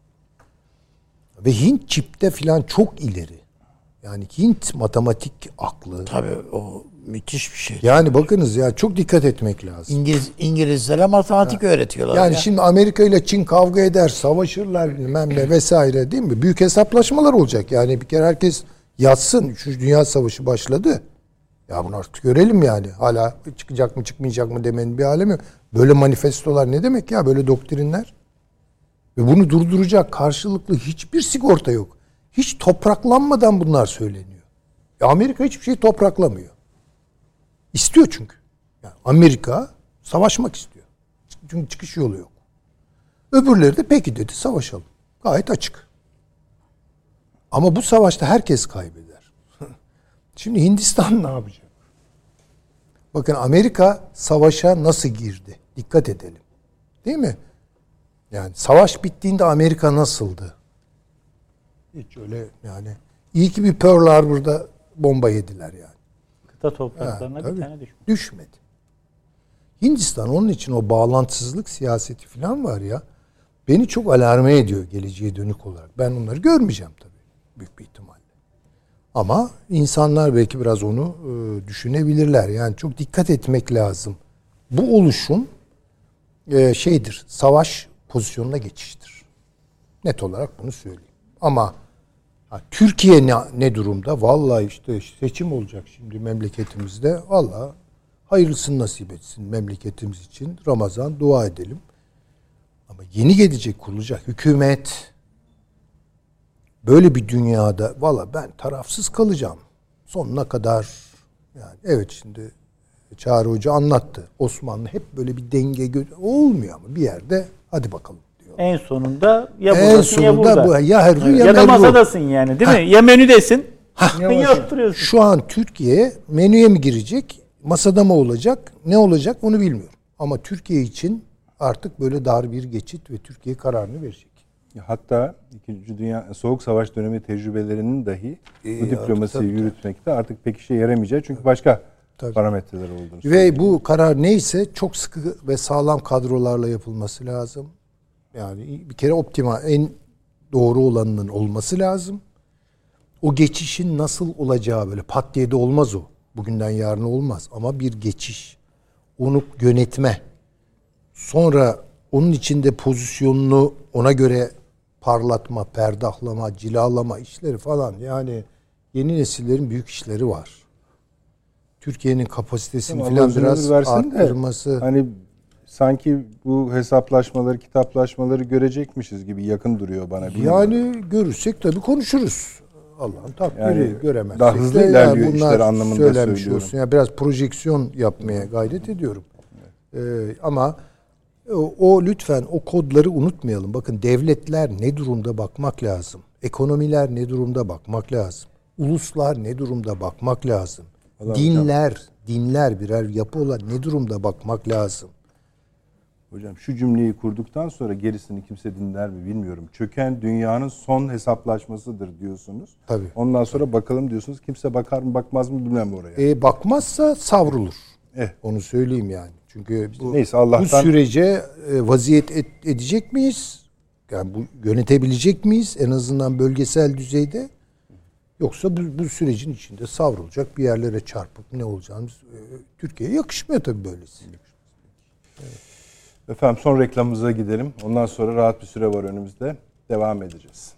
Ve Hint çipte filan çok ileri. Yani Hint matematik aklı. Tabii o müthiş bir şey. Yani bakınız ya, çok dikkat etmek lazım. İngiliz İngilizlere matematik ha. öğretiyorlar. Yani ya. şimdi Amerika ile Çin kavga eder, savaşırlar bilmem ne vesaire değil mi? Büyük hesaplaşmalar olacak. Yani bir kere herkes yatsın. Üçüncü Dünya Savaşı başladı. Ya bunu artık görelim yani. Hala çıkacak mı çıkmayacak mı demenin bir alemi. Böyle manifestolar ne demek ya? Böyle doktrinler. Ve bunu durduracak karşılıklı hiçbir sigorta yok. Hiç topraklanmadan bunlar söyleniyor. Ya Amerika hiçbir şey topraklamıyor. İstiyor çünkü. Yani Amerika savaşmak istiyor. Çünkü çıkış yolu yok. Öbürleri de peki dedi, savaşalım. Gayet açık. Ama bu savaşta herkes kaybeder. Şimdi Hindistan ne yapacak? Bakın Amerika savaşa nasıl girdi? Dikkat edelim. Değil mi? Yani savaş bittiğinde Amerika nasıldı? Hiç öyle yani. İyi ki bir Pearl Harbor'da bomba yediler yani. Kıta topraklarına Ha, bir tabii. tane düşmüş. Düşmedi. Hindistan onun için o bağlantısızlık siyaseti falan var ya. Beni çok alarme ediyor geleceğe dönük olarak. Ben onları görmeyeceğim tabii. Büyük bir ihtimalle. Ama insanlar belki biraz onu e, düşünebilirler. Yani çok dikkat etmek lazım. Bu oluşum e, şeydir. Savaş pozisyonuna geçiştir. Net olarak bunu söyleyeyim. Ama ha, Türkiye ne, ne durumda? Vallahi işte seçim olacak şimdi memleketimizde. Vallahi hayırlısını nasip etsin memleketimiz için. Ramazan dua edelim. Ama yeni gelecek kurulacak hükümet böyle bir dünyada valla ben tarafsız kalacağım. Sonuna kadar yani evet şimdi Çağrı Hoca anlattı. Osmanlı hep böyle bir denge gö- olmuyor ama bir yerde hadi bakalım diyor. En sonunda ya En buradasın ya sonunda burada. bu ya herru ya, Ya da merru. masadasın yani değil mi? Ya menüdesin. Ya oturuyorsun. Şu an Türkiye menüye mi girecek, masada mı olacak, ne olacak onu bilmiyorum. Ama Türkiye için artık böyle dar bir geçit ve Türkiye kararını verecek. Hatta İkinci Dünya Soğuk Savaş dönemi tecrübelerinin dahi Ee, bu diplomasiyi tabii, tabii. yürütmekte artık pek işe yaramayacak. Çünkü başka Tabii. parametreler olduğunu Ve bu karar neyse çok sıkı ve sağlam kadrolarla yapılması lazım. Yani bir kere optima en doğru olanının olması lazım. O geçişin nasıl olacağı böyle pat diye de olmaz o. Bugünden yarına olmaz ama bir geçiş. Onu yönetme. Sonra onun içinde pozisyonunu ona göre parlatma, perdahlama, cilalama işleri falan. Yani yeni nesillerin büyük işleri var. Türkiye'nin kapasitesini Allah falan uzun biraz ömür versin de, arttırması. hani sanki bu hesaplaşmaları, kitaplaşmaları görecekmişiz gibi yakın duruyor bana. Bilmiyorum. Yani görürsek tabii konuşuruz. Allah'ın takdiri Yani göremezsek daha hızlı de ilerliyor yani işler anlamında söylenmiş söylüyorum. olsun. Yani biraz projeksiyon yapmaya gayret ediyorum. Ee, ama o, o lütfen o kodları unutmayalım. Bakın devletler ne durumda bakmak lazım. Ekonomiler ne durumda bakmak lazım. Uluslar ne durumda bakmak lazım. Vallahi dinler, hocam. dinler birer yapı olan ne durumda bakmak lazım. Hocam şu cümleyi kurduktan sonra gerisini kimse dinler mi bilmiyorum. Çöken dünyanın son hesaplaşmasıdır diyorsunuz. Tabii. Ondan sonra bakalım diyorsunuz. Kimse bakar mı bakmaz mı bilmem oraya. E, bakmazsa savrulur. Eh. Onu söyleyeyim yani. Çünkü bu, Neyse, Allah'tan... bu sürece e, vaziyet et, edecek miyiz? Yani bu yönetebilecek miyiz en azından bölgesel düzeyde? Yoksa bu, bu sürecin içinde savrulacak bir yerlere çarpıp ne olacağını e, Türkiye'ye yakışmıyor tabii böylesi. Evet. Efendim son reklamımıza gidelim. Ondan sonra rahat bir süre var önümüzde. Devam edeceğiz.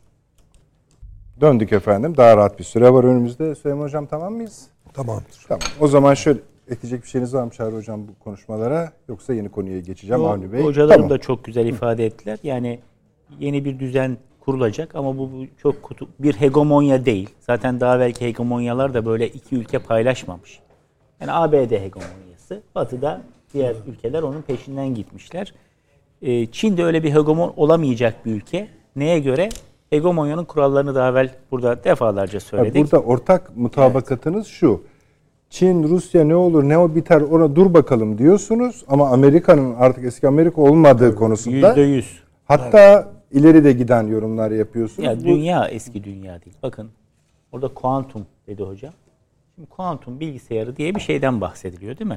Döndük efendim. Daha rahat bir süre var önümüzde. Süleyman Hocam tamam mıyız? Tamamdır. Tamam. O zaman şöyle ekleyecek bir şeyiniz var mı Çağrı Hocam bu konuşmalara? Yoksa yeni konuya geçeceğim O, Avni Bey. Hocalarım tamam. da çok güzel ifade ettiler. Yani yeni bir düzen kurulacak ama bu, bu çok kutu, bir hegemonya değil. Zaten daha belki hegemonyalar da böyle iki ülke paylaşmamış. Yani A B D hegemonyası. Batı'da diğer ülkeler onun peşinden gitmişler. Ee, Çin de öyle bir hegemon olamayacak bir ülke. Neye göre? Hegemonyanın kurallarını daha evvel burada defalarca söyledik. Yani burada ortak mutabakatınız evet. şu. Çin, Rusya ne olur ne o biter ona dur bakalım diyorsunuz. Ama Amerika'nın artık eski Amerika olmadığı evet, konusunda. yüzde yüz. Hatta evet. ileri de giden yorumlar yapıyorsunuz. Ya dünya eski dünya değil. Bakın orada kuantum dedi hocam. Şimdi kuantum bilgisayarı diye bir şeyden bahsediliyor değil mi?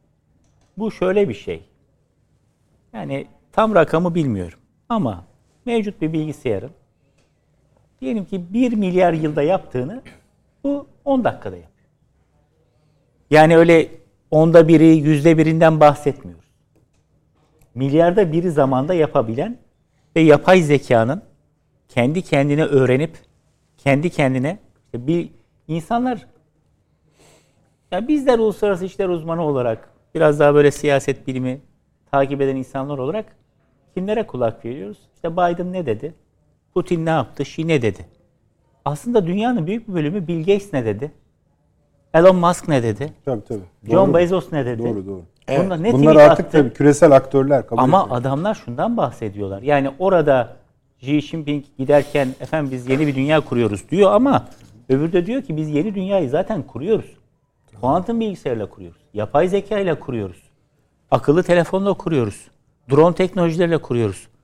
Bu şöyle bir şey. Yani tam rakamı bilmiyorum. Ama mevcut bir bilgisayarın diyelim ki bir milyar yılda yaptığını bu on dakikada yapıyor. Yani öyle onda biri, yüzde birinden bahsetmiyoruz. Milyarda biri zamanda yapabilen ve yapay zekanın kendi kendine öğrenip kendi kendine işte bir insanlar ya bizler uluslararası işler uzmanı olarak biraz daha böyle siyaset bilimi takip eden insanlar olarak kimlere kulak veriyoruz? İşte Biden ne dedi? Putin ne yaptı? Xi ne dedi? Aslında dünyanın büyük bir bölümü Bill Gates ne dedi? Elon Musk ne dedi? Tabii tabii. John Doğru. Bezos ne dedi? Doğru doğru. Evet. Bunlar, ne Bunlar artık tabii küresel aktörler. Kabul Ama ediyor. adamlar şundan bahsediyorlar. Yani orada Xi Jinping giderken efendim biz yeni bir dünya kuruyoruz diyor ama öbürü de diyor ki biz yeni dünyayı zaten kuruyoruz. Kuantum bilgisayarla kuruyoruz. Yapay zeka ile kuruyoruz. Akıllı telefonla kuruyoruz. Drone teknolojileriyle kuruyoruz.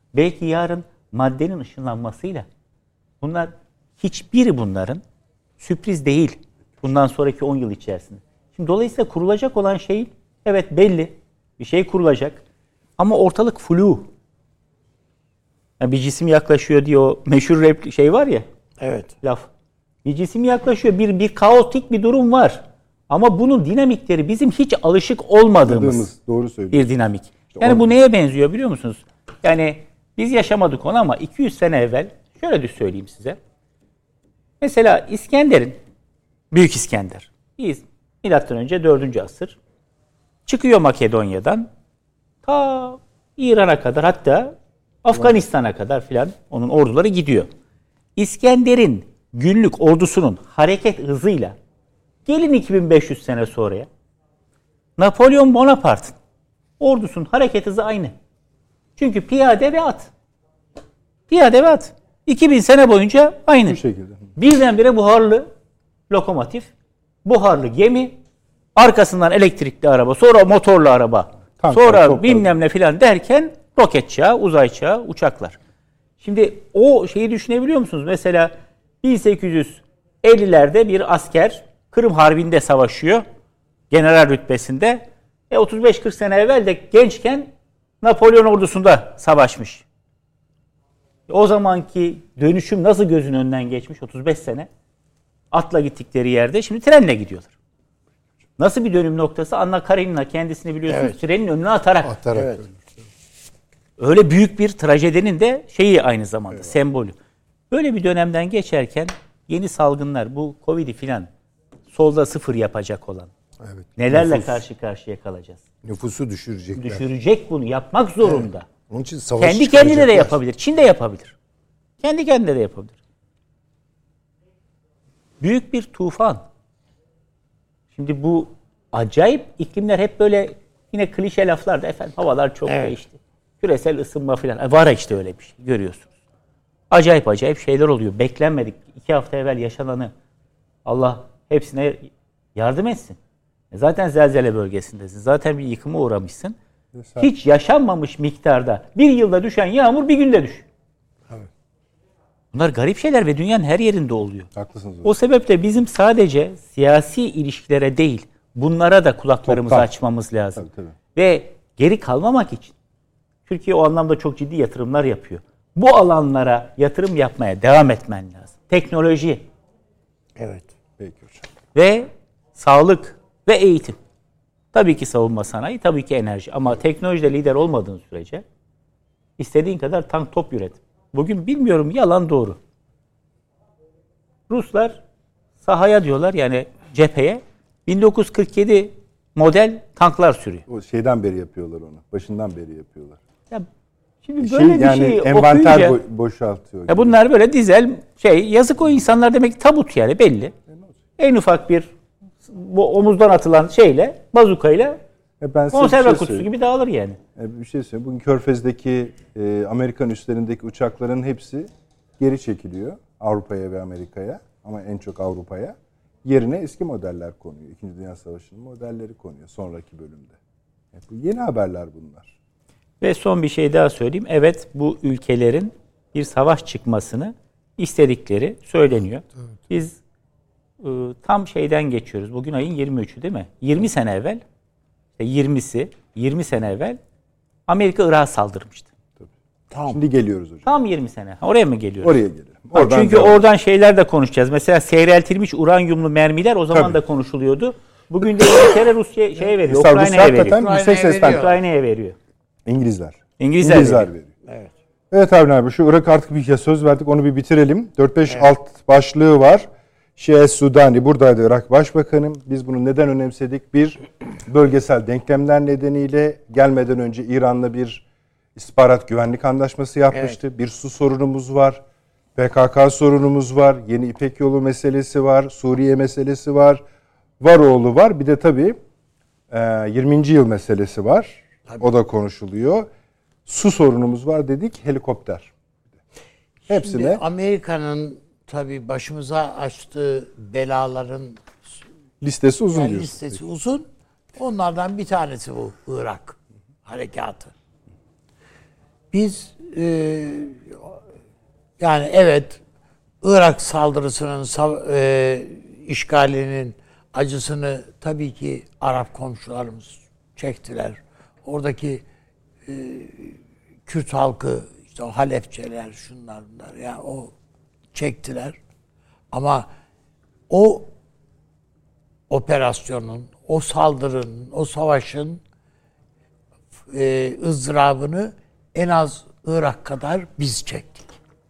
Belki yarın maddenin ışınlanmasıyla. Bunlar hiçbiri bunların sürpriz değil. Bundan sonraki on yıl içerisinde. Şimdi dolayısıyla kurulacak olan şey evet belli. Bir şey kurulacak. Ama ortalık flu. Yani bir cisim yaklaşıyor diye o meşhur replik şey var ya. Evet. Laf. Bir cisim yaklaşıyor. Bir bir kaotik bir durum var. Ama bunun dinamikleri bizim hiç alışık olmadığımız Doğru söylüyorsun. bir dinamik. Yani bu neye benziyor biliyor musunuz? Yani biz yaşamadık onu ama iki yüz sene evvel şöyle de söyleyeyim size. Mesela İskender'in, Büyük İskender, biz milattan önce dördüncü asır çıkıyor Makedonya'dan ta İran'a kadar, hatta Afganistan'a kadar filan onun orduları gidiyor. İskender'in günlük ordusunun hareket hızıyla gelin iki bin beş yüz sene sonraya Napolyon Bonaparte'ın ordusunun hareket hızı aynı. Çünkü piyade ve at. Piyade ve at. iki bin sene boyunca aynı. Bu şekilde. Birdenbire buharlı lokomotif, buharlı gemi, arkasından elektrikli araba, sonra motorlu araba, Tanklar, sonra toplar. bilmem ne filan derken roket çağı, uzay çağı, uçaklar. Şimdi o şeyi düşünebiliyor musunuz? Mesela bin sekiz yüz ellilerde bir asker Kırım Harbi'nde savaşıyor. General rütbesinde. E otuz beş kırk sene evvel de gençken Napolyon ordusunda savaşmış. O zamanki dönüşüm nasıl gözün önünden geçmiş? otuz beş sene. Atla gittikleri yerde şimdi trenle gidiyorlar. Nasıl bir dönüm noktası? Anna Karenina kendisini biliyorsunuz Evet. trenin önüne atarak. Atarak Evet. ölür. Öyle büyük bir trajedinin de şeyi aynı zamanda, evet, sembolü. Böyle bir dönemden geçerken yeni salgınlar, bu Covid'i filan solda sıfır yapacak olan. Evet. Nelerle Nüfus- karşı karşıya kalacağız? Nüfusu düşürecekler. Düşürecek bunu, yapmak zorunda. Evet. Onun için savaş Kendi kendine de çıkaracaklar. yapabilir. Çin de yapabilir. Kendi kendine de yapabilir. Büyük bir tufan. Şimdi bu acayip iklimler hep böyle yine klişe laflar da efendim havalar çok Evet. değişti. Küresel ısınma falan. E, Var işte öyle bir şey. Görüyorsunuz. Acayip acayip şeyler oluyor. Beklenmedik. İki hafta evvel yaşananı Allah hepsine yardım etsin. E zaten zelzele bölgesindesin. Zaten bir yıkıma uğramışsın. Mesela- Hiç yaşanmamış miktarda bir yılda düşen yağmur bir günde düş. Evet. Bunlar garip şeyler ve dünyanın her yerinde oluyor. Haklısınız. O sebeple bizim sadece siyasi ilişkilere değil, bunlara da kulaklarımızı Toptan. açmamız lazım. Tabii, tabii. Ve geri kalmamak için Türkiye o anlamda çok ciddi yatırımlar yapıyor. Bu alanlara yatırım yapmaya devam etmen lazım. Teknoloji Evet. Peki hocam. ve sağlık ve eğitim. Tabii ki savunma sanayi, tabii ki enerji. Ama teknolojide lider olmadığın sürece istediğin kadar tank top üret. Bugün bilmiyorum yalan doğru. Ruslar sahaya diyorlar yani cepheye bin dokuz yüz kırk yedi model tanklar sürüyor. O şeyden beri yapıyorlar onu. Başından beri yapıyorlar. Ya şimdi Şey, böyle bir yani şeyi envanter okuyunca bo- boşaltıyor. ya gibi. bunlar böyle dizel şey yazık o insanlar demek ki tabut yani belli. En ufak bir bu omuzdan atılan şeyle bazukayla E ben size bir konserve şey kutusu söyleyeyim. gibi dağılır yani. E bir şey söyleyeyim. Bugün Körfez'deki e, Amerikan üslerindeki uçakların hepsi geri çekiliyor Avrupa'ya ve Amerika'ya, ama en çok Avrupa'ya. Yerine eski modeller konuyor. İkinci Dünya Savaşı'nın modelleri konuyor sonraki bölümde. E bu yeni haberler bunlar. Ve son bir şey daha söyleyeyim. Evet bu ülkelerin bir savaş çıkmasını istedikleri söyleniyor. Biz ıı, tam şeyden geçiyoruz. Bugün ayın yirmi üçü değil mi? yirmi sene evvel, işte yirmisi, yirmi sene evvel Amerika Irak'a saldırmıştı. Tamam. Şimdi geliyoruz hocam. Tam yirmi sene. Oraya mı geliyoruz? Oraya gelelim. Ha, Oradan çünkü devam. oradan şeyler de konuşacağız. Mesela seyreltilmiş uranyumlu mermiler o zaman Tabii. da konuşuluyordu. Bugün de İngiltere Rusya şeye veriyor. Mesela Rusya Ukrayna'ya veriyor. hakikaten yüksek Ukrayna'ya sesten. veriyor. Ukrayna'ya veriyor. İngilizler. İngilizler veriyor. veriyor. Evet. Evet Avni abi, şu Irak artık bir söz verdik, onu bir bitirelim. dört beş alt başlığı var. Şeh Sudani buradaydı, Irak Başbakanı. Biz bunu neden önemsedik? Bir, bölgesel denklemler nedeniyle gelmeden önce İran'la bir istihbarat güvenlik anlaşması yapmıştı. Bir su sorunumuz var. P K K sorunumuz var. Yeni İpek Yolu meselesi var. Suriye meselesi var. Varoğlu var. Bir de tabii yirminci yıl meselesi var. Tabii. O da konuşuluyor. Su sorunumuz var dedik, helikopter. Hepsine Şimdi Amerika'nın tabii başımıza açtığı belaların listesi uzun yani diyorsun. listesi uzun. Onlardan bir tanesi bu Irak harekatı. Biz e, yani evet Irak saldırısının e, işgalinin acısını tabii ki Arap komşularımız çektiler. Oradaki e, Kürt halkı, işte o Halepçeler, şunlar bunlar, yani o çektiler. Ama o operasyonun, o saldırının, o savaşın e, ızdırabını en az Irak kadar biz çektik.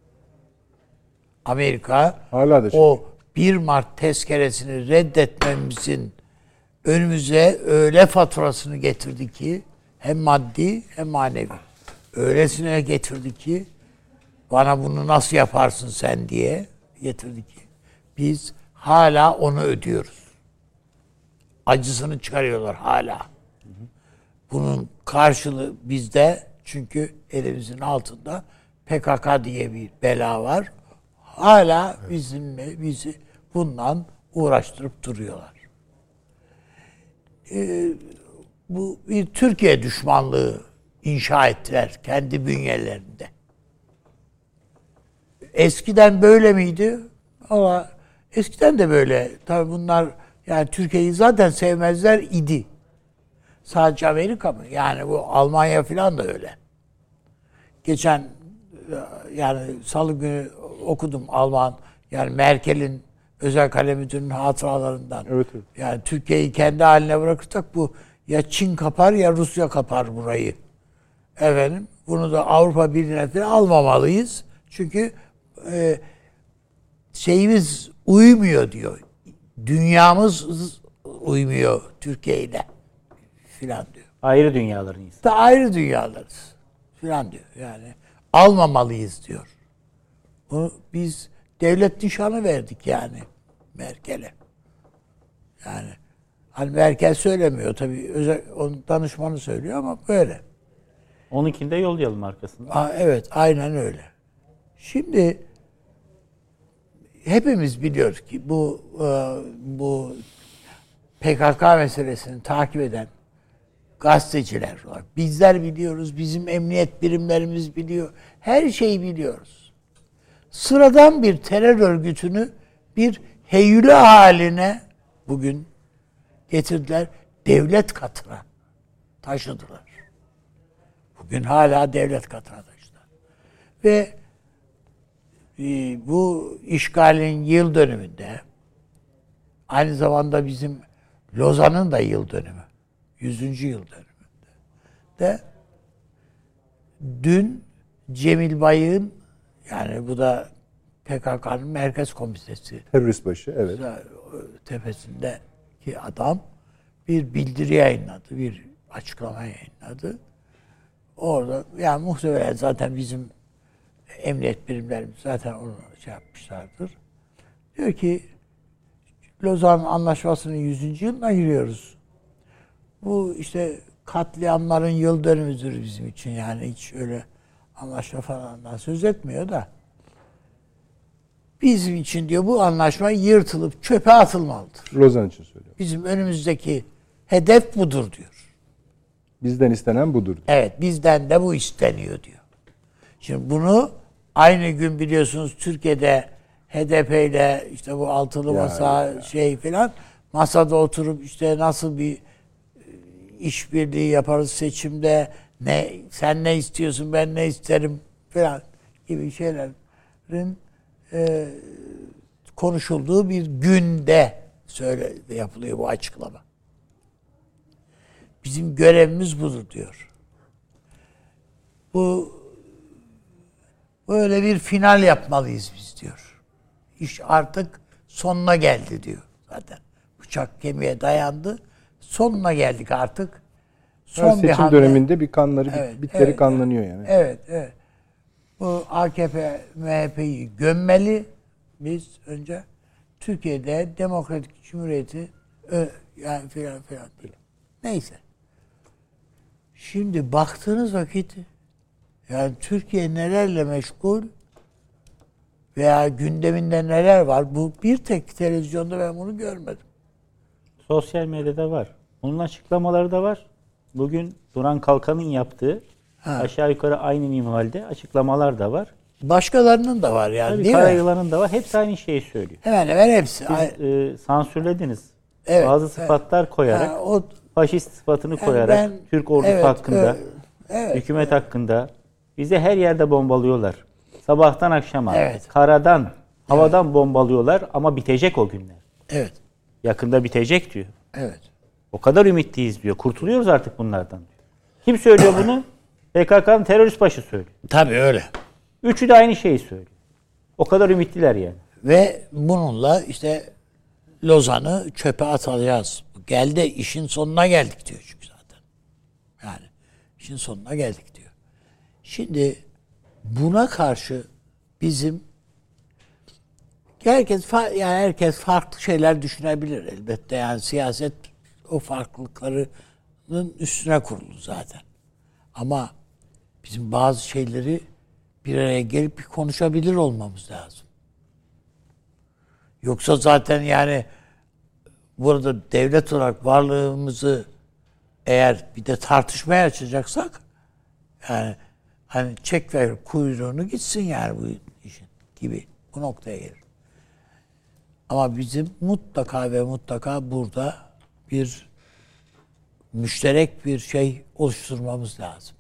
Amerika Hala da o bir Mart tezkeresini reddetmemizin önümüze öyle faturasını getirdi ki hem maddi hem manevi. Öylesine getirdi ki bana bunu nasıl yaparsın sen diye getirdi ki biz hala onu ödüyoruz. Acısını çıkarıyorlar hala. Bunun karşılığı bizde, çünkü elimizin altında P K K diye bir bela var. Hala bizimle bizi bundan uğraştırıp duruyorlar. Ee, bu bir Türkiye düşmanlığı inşa ettiler kendi bünyelerinde. Eskiden böyle miydi? Ama eskiden de böyle. Tabii bunlar yani Türkiye'yi zaten sevmezler idi. Sadece Amerika mı? Yani bu Almanya falan da öyle. Geçen yani salı günü okudum Alman, yani Merkel'in özel kalem müdürünün hatıralarından. Evet, evet. Yani Türkiye'yi kendi haline bırakırsak bu ya Çin kapar ya Rusya kapar burayı. Efendim bunu da Avrupa Birliği'ne falan almamalıyız. Çünkü e, şeyimiz uymuyor diyor. Dünyamız uymuyor Türkiye ile filan diyor. Ayrı dünyalarıyız. Da ayrı dünyalarız filan diyor. Yani almamalıyız diyor. Bunu biz devlet nişanı verdik yani Merkel'e. Yani hani Merkel söylemiyor tabii, özel onun danışmanı söylüyor ama böyle. Onunkinde yollayalım arkasında. Aa, evet, aynen öyle. Şimdi hepimiz biliyoruz ki bu bu P K K meselesini takip eden gazeteciler var. Bizler biliyoruz, bizim emniyet birimlerimiz biliyor. Her şeyi biliyoruz. Sıradan bir terör örgütünü bir heyüle haline bugün getirdiler. Devlet katına taşıdılar. Bugün hala devlet katına taşıdılar. Ve e, bu işgalin yıl dönümünde, aynı zamanda bizim Lozan'ın da yıl dönümü, yüzüncü yıl dönümünde de dün Cemil Bayık'ın, yani bu da P K K'nın Merkez Komitesi terörist başı, evet. Tepesindeki adam bir bildiri yayınladı, bir açıklama yayınladı. Orada yani muhtemelen zaten bizim emniyet birimlerimiz zaten onu şey yapmışlardır. Diyor ki Lozan Anlaşması'nın yüzüncü yılına giriyoruz. Bu işte katliamların yıl dönümüdür bizim için, yani hiç öyle anlaşma falandan söz etmiyor da. Bizim için diyor bu anlaşma yırtılıp çöpe atılmalıdır. Lozan için söylüyorum. Bizim önümüzdeki hedef budur diyor. Bizden istenen budur diyor. Evet, bizden de bu isteniyor diyor. Şimdi bunu aynı gün biliyorsunuz Türkiye'de H D P ile işte bu altılı Ya, masa ya. şey filan masada oturup işte nasıl bir işbirliği yaparız seçimde, ne sen ne istiyorsun ben ne isterim filan gibi şeylerin e, konuşulduğu bir günde söyle yapılıyor bu açıklama. Bizim görevimiz budur diyor. Bu böyle bir final yapmalıyız biz diyor. İş artık sonuna geldi diyor zaten. Bıçak kemiğe dayandı. Sonuna geldik artık. Son Her seçim bir hamle. döneminde bir kanları, Evet, bitleri evet, kanlanıyor evet. yani. Evet, evet. Bu A K P, M H P'yi gömmeli biz önce. Türkiye'de Demokratik Cumhuriyeti yani filan filan değil. Neyse. Şimdi baktığınız vakit yani Türkiye nelerle meşgul veya gündeminde neler var, bu bir tek televizyonda ben bunu görmedim. Sosyal medyada var. Onun açıklamaları da var. Bugün Duran Kalkan'ın yaptığı Ha. Aşağı yukarı aynı minvalde açıklamalar da var. Başkalarının da var yani, Tabii değil mi? Karayılan'ın da var. Hepsi aynı şeyi söylüyor. Hemen hemen hepsi. Siz e, sansürlediniz. Evet, Bazı sıfatlar evet. koyarak, Ha, o, faşist sıfatını yani koyarak, ben, Türk ordusu evet, hakkında, evet, hükümet evet. hakkında bizi her yerde bombalıyorlar. Sabahtan akşama, Evet. karadan, havadan bombalıyorlar ama bitecek o günler. Evet. Yakında bitecek diyor. Evet. O kadar ümitliyiz diyor. Kurtuluyoruz artık bunlardan diyor. Kim söylüyor bunu? P K K'nın terörist başı söylüyor. Tabii öyle. Üçü de aynı şeyi söylüyor. O kadar ümitliler yani. Ve bununla işte Lozan'ı çöpe atacağız. Geldi, işin sonuna geldik diyor çünkü zaten. Yani işin sonuna geldik diyor. Şimdi buna karşı bizim herkes yani herkes farklı şeyler düşünebilir elbette. Yani siyaset o farklılıklarının üstüne kurulu zaten. Ama bizim bazı şeyleri bir araya gelip bir konuşabilir olmamız lazım. Yoksa zaten yani burada devlet olarak varlığımızı eğer bir de tartışmaya açacaksak yani hani çek ver kuyruğunu gitsin yani bu işin gibi bu noktaya gelir. Ama bizim mutlaka ve mutlaka burada bir müşterek bir şey oluşturmamız lazım.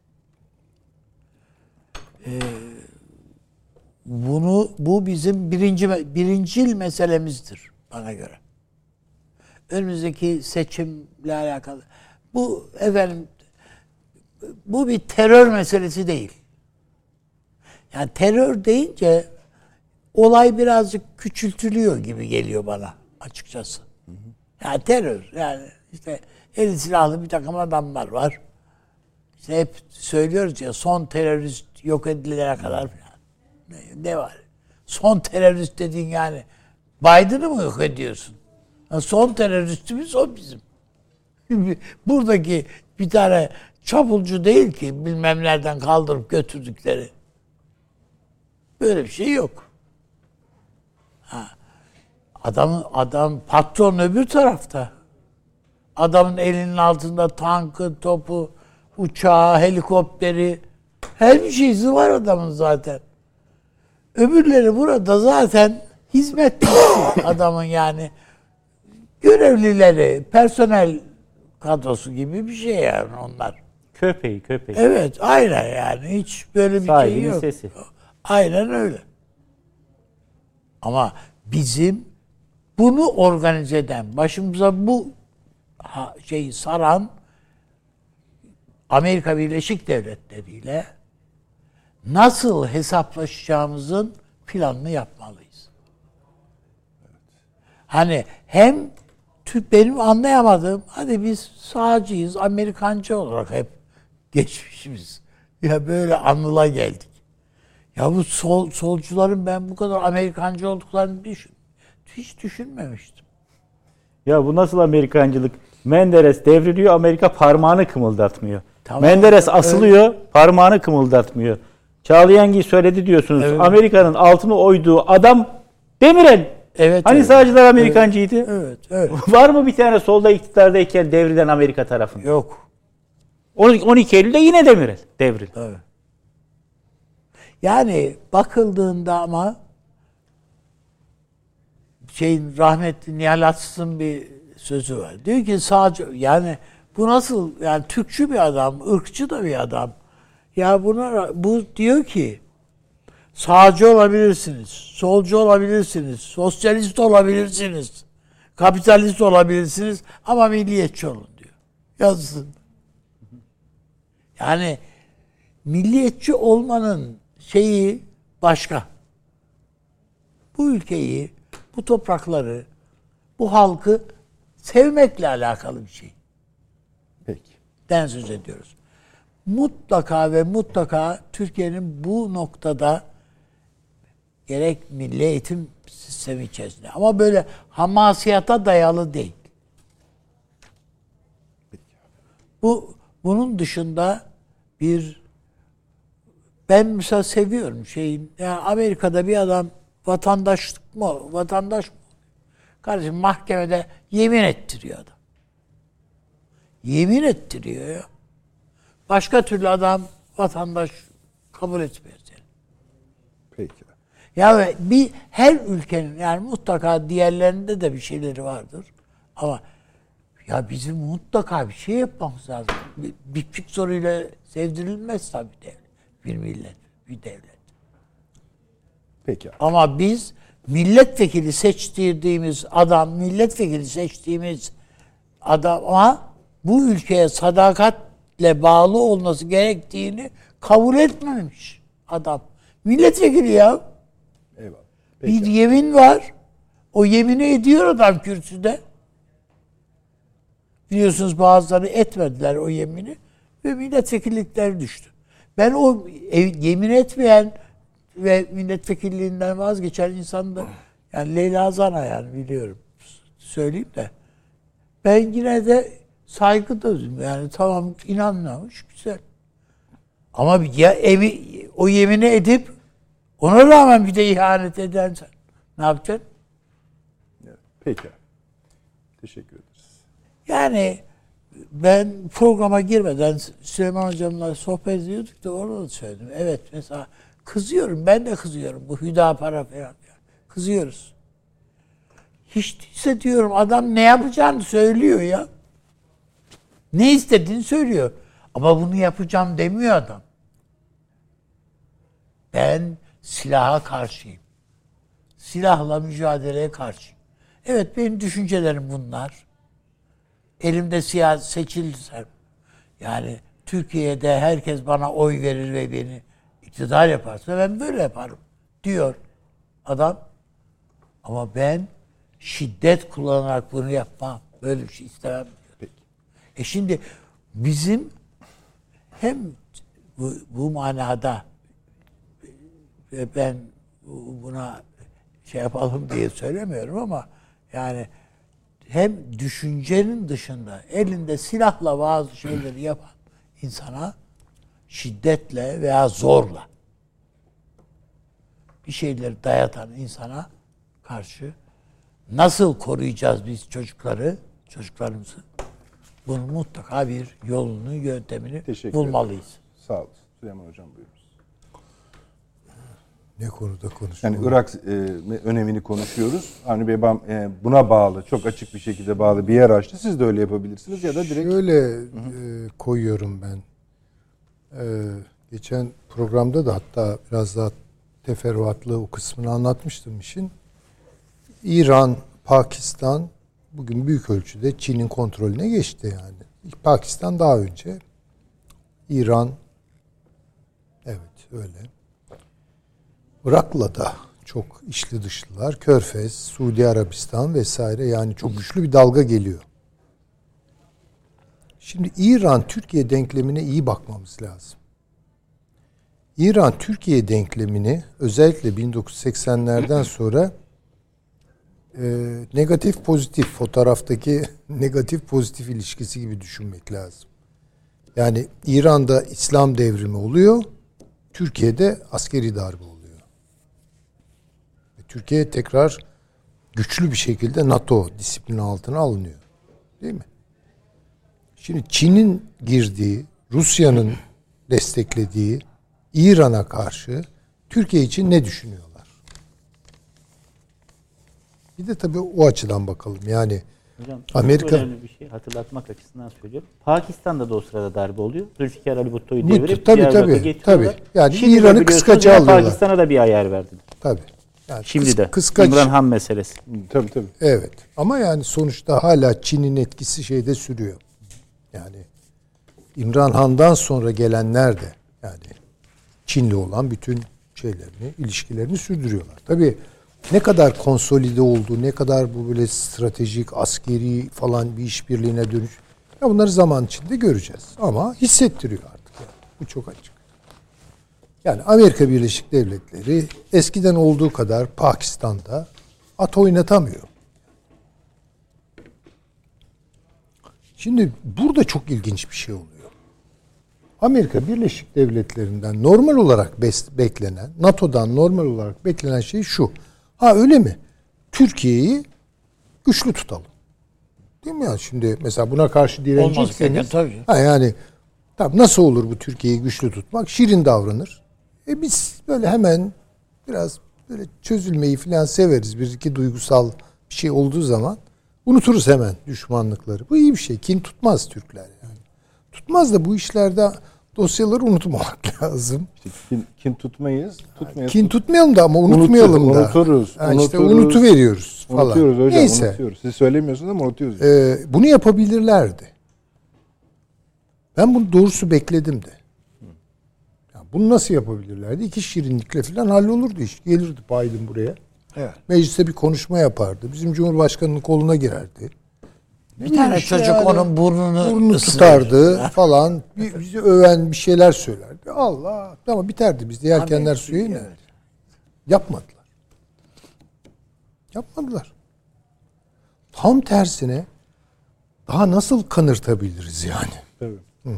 Ee, bunu bu bizim birinci birincil meselemizdir bana göre. Önümüzdeki seçimle alakalı. Bu efendim bu bir terör meselesi değil. Yani terör deyince olay birazcık küçültülüyor gibi geliyor bana açıkçası. Hı hı. Yani terör yani işte eli silahlı bir takım adamlar var. İşte hep söylüyoruz ya son terörist yok edilene kadar falan. Ne, ne var? Son terörist dediğin yani Biden'ı mı yok ediyorsun? Yani son teröristimiz o bizim. Buradaki bir tane çapulcu değil ki bilmem nereden kaldırıp götürdükleri. Böyle bir şey yok. Ha. Adam, adam patron öbür tarafta. Adamın elinin altında tankı, topu, uçağı, helikopteri, her bir şeysi var adamın zaten. Öbürleri burada zaten hizmetçisi adamın yani. Görevlileri, personel kadrosu gibi bir şey yani onlar. Köpeği, köpeği. Evet, aynen yani. Hiç böyle bir Sahibinin şey yok. sesi. Aynen öyle. Ama bizim bunu organize eden, başımıza bu şeyi saran Amerika Birleşik Devletleri ile nasıl hesaplaşacağımızın planını yapmalıyız. Hani hem benim anlayamadığım, hadi biz sağcıyız, Amerikancı olarak hep geçmişimiz. Ya böyle anıla geldik. Ya bu sol, solcuların ben bu kadar Amerikancı olduklarını düşün, hiç düşünmemiştim. Ya bu nasıl Amerikancılık? Menderes devriliyor, Amerika parmağını kımıldatmıyor. Tamam. Menderes asılıyor, evet. Parmağını kımıldatmıyor. Çağlayangi söyledi diyorsunuz. Evet. Amerika'nın altını oyduğu adam Demirel. Evet. Hani evet. Sağcılar Amerikancıydı? Evet, evet, evet. Var mı bir tane solda iktidardayken devrilen Amerika tarafında? Yok. on iki Eylül'de yine Demirel devrildi. Evet. Yani bakıldığında ama şeyin rahmetli Nihal Atsız'ın bir sözü var. Diyor ki sağcı yani bu nasıl yani Türkçü bir adam, ırkçı da bir adam. Ya buna bu diyor ki sağcı olabilirsiniz, solcu olabilirsiniz, sosyalist olabilirsiniz, kapitalist olabilirsiniz ama milliyetçi olun diyor. Yazsın. Yani milliyetçi olmanın şeyi başka. Bu ülkeyi, bu toprakları, bu halkı sevmekle alakalı bir şey. Peki. Den söz ediyoruz. Mutlaka ve mutlaka Türkiye'nin bu noktada gerek milli eğitim sistemi içerisinde ama böyle hamasiyata dayalı değil. Bu bunun dışında bir ben mesela seviyorum şeyin yani Amerika'da bir adam vatandaşlık mı vatandaş mı? Kardeşim mahkemede yemin ettiriyor adam. Yemin ettiriyor ya. Başka türlü adam, vatandaş kabul etmez yani. Peki. Ya bir her ülkenin, yani mutlaka diğerlerinde de bir şeyleri vardır. Ama ya bizim mutlaka bir şey yapmamız lazım. Bir, bir küçük soruyla sevdirilmez tabii devlet. Bir millet, bir devlet. Peki. Ama biz milletvekili seçtirdiğimiz adam, milletvekili seçtiğimiz adama bu ülkeye sadakatle bağlı olması gerektiğini kabul etmemiş adam. Milletvekili ya. Eyvallah. Bir yemin var. O yemini ediyor adam kürsüde. Biliyorsunuz bazıları etmediler o yemini ve milletvekillikleri düştü. Ben o yemin etmeyen ve milletvekilliğinden vazgeçen insan da, yani Leyla Zana, yani biliyorum, söyleyeyim de, ben yine de saygı duydum. Yani tamam, inanmamış, güzel. Ama ya evi, o yemini edip ona rağmen bir de ihanet edersen ne yapacaksın? Peki. Teşekkür ederiz. Yani ben programa girmeden Süleyman Hocam'la sohbet ediyorduk da orada da söyledim. Evet, mesela kızıyorum. Ben de kızıyorum. Bu Hüdapara falan. Kızıyoruz. Hiç değilse diyorum, adam ne yapacağını söylüyor ya. Ne istediğini söylüyor. Ama bunu yapacağım demiyor adam. Ben silaha karşıyım. Silahla mücadeleye karşıyım. Evet, benim düşüncelerim bunlar. Elimde siyasi seçilirsem, yani Türkiye'de herkes bana oy verir ve beni iktidar yaparsa ben böyle yaparım diyor adam. Ama ben şiddet kullanarak bunu yapmam. Böyle bir şey istemem diyor. E şimdi bizim hem bu, bu manada ve ben buna şey yapalım diye söylemiyorum ama yani hem düşüncenin dışında elinde silahla bazı şeyleri yapan insana şiddetle veya zorla bir şeyleri dayatan insana karşı nasıl koruyacağız biz çocukları, çocuklarımızı? Bunun mutlaka bir yolunu, yöntemini Teşekkür bulmalıyız. ederim. Sağ olun. Süleyman Hocam buyurunuz. Ne konuda konuşuyoruz? Yani Irak e, önemini konuşuyoruz. Avni Bey e, buna bağlı, çok açık bir şekilde bağlı bir yer açtı. Siz de öyle yapabilirsiniz ya da direkt... Şöyle e, koyuyorum ben. E, geçen programda da hatta biraz daha teferruatlı o kısmını anlatmıştım işin. İran, Pakistan bugün büyük ölçüde Çin'in kontrolüne geçti yani. Pakistan daha önce. İran, evet öyle. Irak'la da çok içli dışlılar. Körfez, Suudi Arabistan vesaire, yani çok güçlü bir dalga geliyor. Şimdi İran-Türkiye denklemine iyi bakmamız lazım. İran-Türkiye denklemini özellikle bin dokuz yüz seksenlerden sonra e, negatif pozitif, fotoğraftaki negatif pozitif ilişkisi gibi düşünmek lazım. Yani İran'da İslam devrimi oluyor, Türkiye'de askeri darbe oluyor. Türkiye tekrar güçlü bir şekilde NATO disiplini altına alınıyor. Değil mi? Şimdi Çin'in girdiği, Rusya'nın desteklediği İran'a karşı Türkiye için ne düşünüyorlar? Bir de tabii o açıdan bakalım. Yani Hocam, Amerika... çok önemli bir şey hatırlatmak açısından söylüyorum. Pakistan'da da o sırada darbe oluyor. Zülfikar Ali Bhutto'yu devirip tabii, Diyarbakır'a tabii, getiriyorlar. tabii. Yani Şimdi İran'ı kıskaca alıyorlar. Pakistan'a da bir ayar verdiler. Tabii. Yani Şimdi kıs, de kıskaç. İmran Han meselesi. Tabii tabii. Evet. Ama yani sonuçta hala Çin'in etkisi şeyde sürüyor. Yani İmran Han'dan sonra gelenler de yani Çin'le olan bütün şeylerini, ilişkilerini sürdürüyorlar. Tabii ne kadar konsolide olduğu, ne kadar bu böyle stratejik, askeri falan bir işbirliğine dönüş, ya bunları zaman içinde göreceğiz. Ama hissettiriyor artık yani. Bu çok açık. Yani Amerika Birleşik Devletleri eskiden olduğu kadar Pakistan'da at oynatamıyor. Şimdi burada çok ilginç bir şey oluyor. Amerika Birleşik Devletleri'nden normal olarak bes- beklenen, NATO'dan normal olarak beklenen şey şu. Ha öyle mi? Türkiye'yi güçlü tutalım. Değil mi ya? Şimdi mesela buna karşı direnecekseniz, tabii. ha yani Tamam, nasıl olur bu Türkiye'yi güçlü tutmak? Şirin davranır. E biz böyle hemen biraz böyle çözülmeyi falan severiz. Bir iki duygusal bir şey olduğu zaman unuturuz hemen düşmanlıkları. Bu iyi bir şey. Kin tutmaz Türkler yani. Tutmaz da bu işlerde dosyaları unutmamak lazım. İşte kin, kin tutmayız. Tutmayız. Kin tutmayalım da ama unutmayalım Unutur, da. Unuturuz. Yani işte unuturuz. unutuveriyoruz falan. Unutuyoruz hocam. Neyse. Unutuyoruz. Siz söylemiyorsunuz ama unutuyoruz. Ee, bunu yapabilirlerdi. Ben bunu doğrusu bekledim de. Ya bunu nasıl yapabilirlerdi? İki şirinlikle falan hallolurdu iş. Gelirdi Biden buraya. Evet. Mecliste bir konuşma yapardı. Bizim Cumhurbaşkanı'nın koluna girerdi. Bir tane işte çocuk yani onun burnunu, burnunu ısırır. tutardı falan. Bir, bizi öven bir şeyler söylerdi. Allah. Ama biterdi. Biz de yelkenler suya iner. Evet. Yapmadılar. Yapmadılar. Tam tersine daha nasıl kanırtabiliriz yani? Tabii.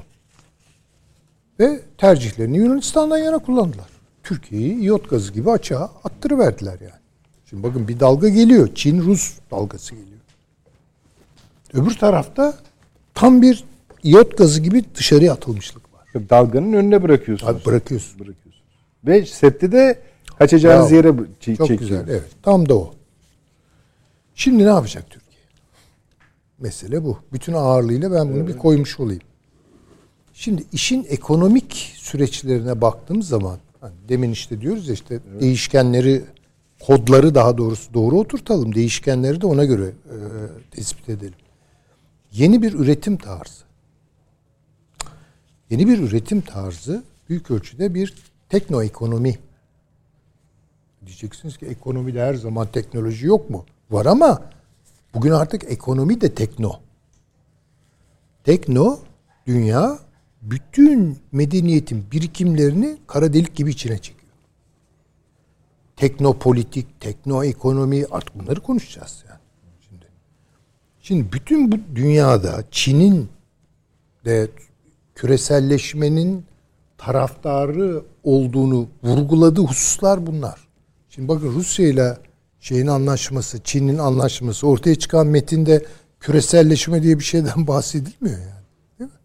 Ve tercihlerini Yunanistan'dan yana kullandılar. Türkiye'yi iyot gazı gibi açığa attırıverdiler yani. Şimdi bakın bir dalga geliyor. Çin-Rus dalgası geliyor. Öbür tarafta tam bir iyot gazı gibi dışarıya atılmışlık var. Dalganın önüne bırakıyorsunuz. Abi bırakıyorsun. Bırakıyorsunuz. Ve septi de kaçacağınız Bravo. yere ç- Çok çekiyor. güzel. Evet. Tam da o. Şimdi ne yapacak Türkiye? Mesele bu. Bütün ağırlığıyla ben bunu evet. bir koymuş olayım. Şimdi işin ekonomik süreçlerine baktığım zaman hani demin işte diyoruz ya işte evet. değişkenleri, kodları daha doğrusu doğru oturtalım. Değişkenleri de ona göre e, tespit edelim. Yeni bir üretim tarzı. Yeni bir üretim tarzı büyük ölçüde bir teknoekonomi. Diyeceksiniz ki ekonomide her zaman teknoloji yok mu? Var ama bugün artık ekonomi de tekno. Tekno, dünya bütün medeniyetin birikimlerini kara delik gibi içine çekiyor. Teknopolitik, teknoekonomi, artık bunları konuşacağız yani. Şimdi, şimdi bütün bu dünyada Çin'in de küreselleşmenin taraftarı olduğunu vurguladığı hususlar bunlar. Şimdi bakın Rusya ile şeyin anlaşması, Çin'in anlaşması, ortaya çıkan metinde küreselleşme diye bir şeyden bahsedilmiyor yani. Değil mi?